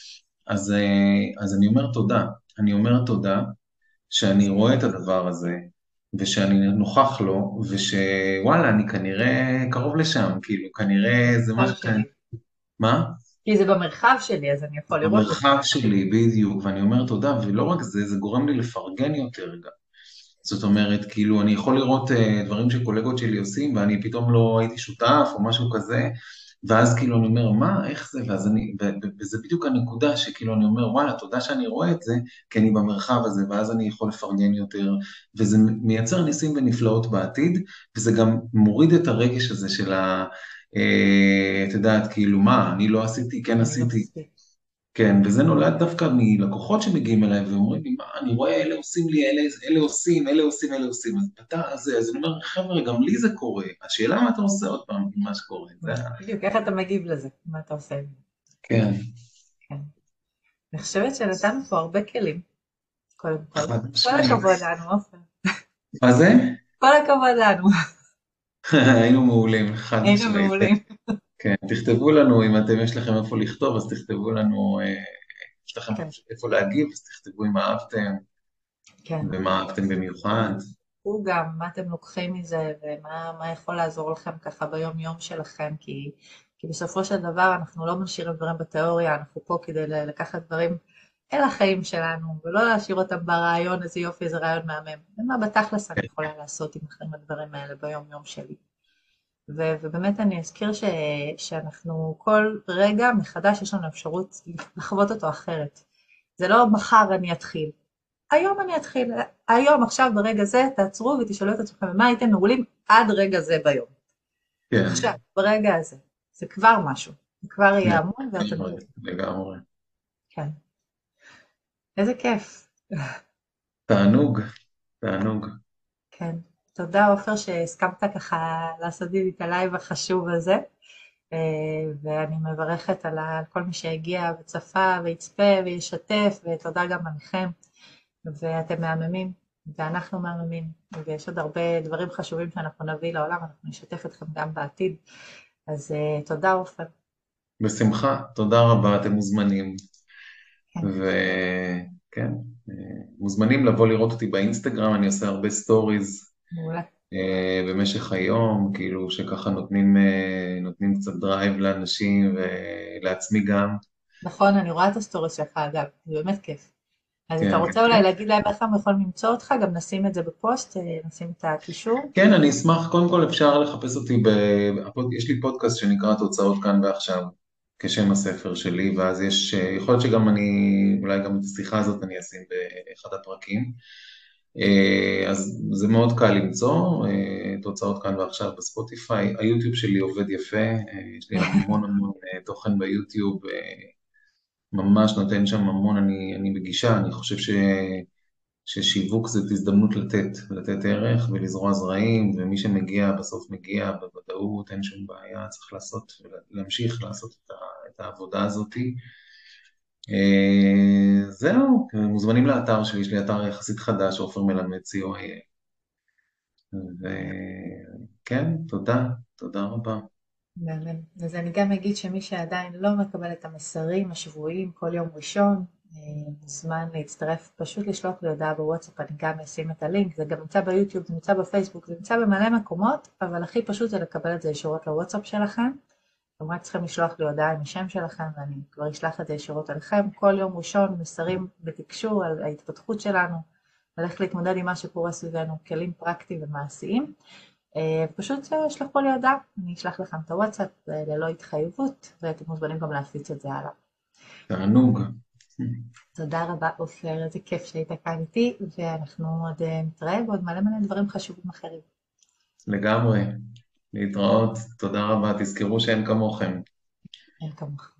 S3: אז אני אומר תודה. אני אומר תודה שאני רואה את הדבר הזה, ושאני נוכח לו, שוואלה, אני כנראה קרוב לשם, כאילו, כנראה זה
S2: במרחב
S3: משהו כאן.
S2: שלי.
S3: מה?
S2: כי זה במרחב שלי, אז אני יכול לראות את זה.
S3: במרחב שלי, בדיוק, ואני אומר תודה, ולא רק זה, זה גורם לי לפרגן יותר גם. זאת אומרת, כאילו, אני יכול לראות דברים שקולגות שלי עושים, ואני פתאום לא הייתי שותף או משהו כזה, ואז כאילו אני אומר, מה, איך זה? וזה בדיוק הנקודה שכאילו אני אומר, וואלה, תודה שאני רואה את זה, כי אני במרחב הזה, ואז אני יכול לפרגן יותר, וזה מייצר ניסים ונפלאות בעתיד, וזה גם מוריד את הרגש הזה של את יודעת, כאילו, מה, אני לא עשיתי, כן
S2: אני לא
S3: עשיתי.
S2: מספיק.
S3: כן, וזה נולד דווקא מלקוחות שמגיעים אליי ואומרים לי, מה, אני רואה, אלה עושים לי, אלה עושים, אלה עושים, אלה עושים, אז אני אומר, חבר'ה, גם לי זה קורה, השאלה מה אתה עושה עוד פעם עם מה שקורה, זה
S2: בדיוק, איך אתה מגיב לזה? מה אתה עושה עם זה?
S3: כן,
S2: כן. אני חושבת שנתנו פה הרבה כלים, קודם כל.
S3: חד
S2: כל
S3: משמעית.
S2: הכבוד לנו, עופר.
S3: מה זה?
S2: כל הכבוד לנו.
S3: היינו מעולים, חד
S2: היינו
S3: משמעית.
S2: מעולים.
S3: כן, תכתבו לנו, אם יש לכם איפה לכתוב, אז תכתבו לנו, יש לכם
S2: כן,
S3: איפה להגיב, אז תכתבו אם אהבתם,
S2: כן.
S3: ומה אהבתם במיוחד.
S2: תראו גם מה אתם לוקחים מזה, ומה יכול לעזור לכם ככה ביום יום שלכם, כי בסופו של דבר אנחנו לא משאירים דברים בתיאוריה, אנחנו פה כדי לקחת דברים אל החיים שלנו, ולא להשאיר אותם ברעיון, איזה יופי, איזה רעיון מהמם. ומה בתכלס אני יכולה לעשות עם הדברים האלה ביום יום שלי. ובאמת אני אזכיר שאנחנו כל רגע מחדש יש לנו אפשרות לחוות אותו אחרת. זה לא מחר אני אתחיל. היום אני אתחיל, היום, עכשיו, ברגע זה, תעצרו ותשאלו את עצמכם, מה הייתם מעולים עד רגע זה ביום.
S3: כן,
S2: עכשיו, ברגע הזה. זה כבר משהו. זה כבר יהיה המון ואתם
S3: לגמרי,
S2: יודעים.
S3: לגמרי.
S2: כן. איזה כיף.
S3: תענוג, תענוג.
S2: כן. תודה, עופר, שהסכמת ככה לעשות לי את הלייב החשוב הזה. ואני מברכת על כל מי שהגיע וצפה ויצפה וישתף, ותודה גם עליכם. ואתם מהממים, ואנחנו מהממים, ויש עוד הרבה דברים חשובים שאנחנו נביא לעולם, אנחנו נשתף אתכם גם בעתיד. אז תודה, עופר.
S3: בשמחה, תודה רבה, אתם מוזמנים.
S2: כן.
S3: וכן, מוזמנים לבוא לראות אותי באינסטגרם, אני עושה הרבה סטוריז
S2: מעולה.
S3: במשך היום, כאילו שככה נותנים קצת דרייב לאנשים ולעצמי גם.
S2: נכון, אני רואה את הסטורי שלך, אגב, זה באמת כיף. אז אתה
S3: כן,
S2: רוצה אולי להגיד להם איך הם יכולים למצוא אותך, גם נשים את זה בפוסט, נשים את הקישור.
S3: כן, אני אשמח, קודם כל אפשר לחפש אותי, יש לי פודקאסט שנקרא תוצאות כאן ועכשיו, כשם הספר שלי, ואז יכול להיות שגם אולי גם את השיחה הזאת אני אשים באחד הפרקים. אז זה מאוד קל למצוא, תוצאות כאן ועכשיו בספוטיפיי, היוטיוב שלי עובד יפה, יש לי המון המון תוכן ביוטיוב, ממש נותן שם המון, אני בגישה, אני חושב ששיווק זאת הזדמנות לתת ערך ולזרוע זרעים, ומי שמגיע בסוף מגיע בוודאות, אין שום בעיה, צריך להמשיך לעשות את העבודה הזאת. זהו, מוזמנים לאתר שלי, יש לי אתר יחסית חדש, עופר מלמד co.il. וכן, תודה רבה.
S2: אז אני גם אגיד שמי שעדיין לא מקבל את המסרים השבועיים כל יום ראשון, מוזמן להצטרף, פשוט לשלוח לי הודעה בוואטסאפ, אני גם אשים את הלינק, זה גם נמצא ביוטיוב, זה נמצא בפייסבוק, זה נמצא במלא מקומות, אבל הכי פשוט זה לקבל את זה ישירות לוואטסאפ שלכם. אתם רק צריכים לשלוח לי הודעה עם השם שלכם, ואני כבר אשלח את זה ישירות אליכם. כל יום ראשון מסרים ותקשור על ההתפתחות שלנו, על איך להתמודד עם מה שקורה סביבנו, כלים פרקטיים ומעשיים. פשוט שלחו לי הודעה, אני אשלח לכם את הוואטסאפ ללא התחייבות, ואתם מוזמנים גם להפיץ את זה הלאה.
S3: תענוג.
S2: תודה רבה עופר, איזה כיף שהיית כאן איתי, ואנחנו עוד נתראה בעוד מלא דברים חשובים אחרים.
S3: לגמרי, להתראות, תודה רבה, תזכרו שאין כמוכם.
S2: אין כמוכם.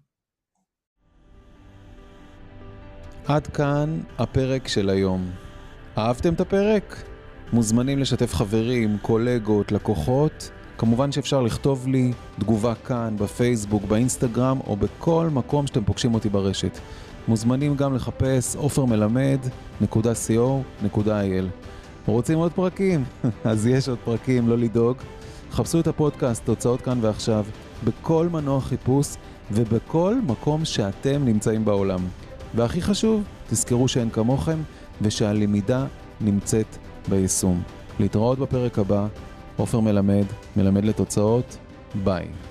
S1: עד כאן הפרק של היום. אהבתם את הפרק? מוזמנים לשתף חברים, קולגות, לקוחות. כמובן שאפשר לכתוב לי תגובה כאן, בפייסבוק, באינסטגרם, או בכל מקום שאתם פוגשים אותי ברשת. מוזמנים גם לחפש ofermelamed.co.il. רוצים עוד פרקים? אז יש עוד פרקים, לא לדאוג. חפשו את הפודקאסט, תוצאות כאן ועכשיו, בכל מנוע חיפוש ובכל מקום שאתם נמצאים בעולם. והכי חשוב, תזכרו שאין כמוכם ושהלמידה נמצאת ביישום. להתראות בפרק הבא, עופר מלמד, מלמד לתוצאות, ביי.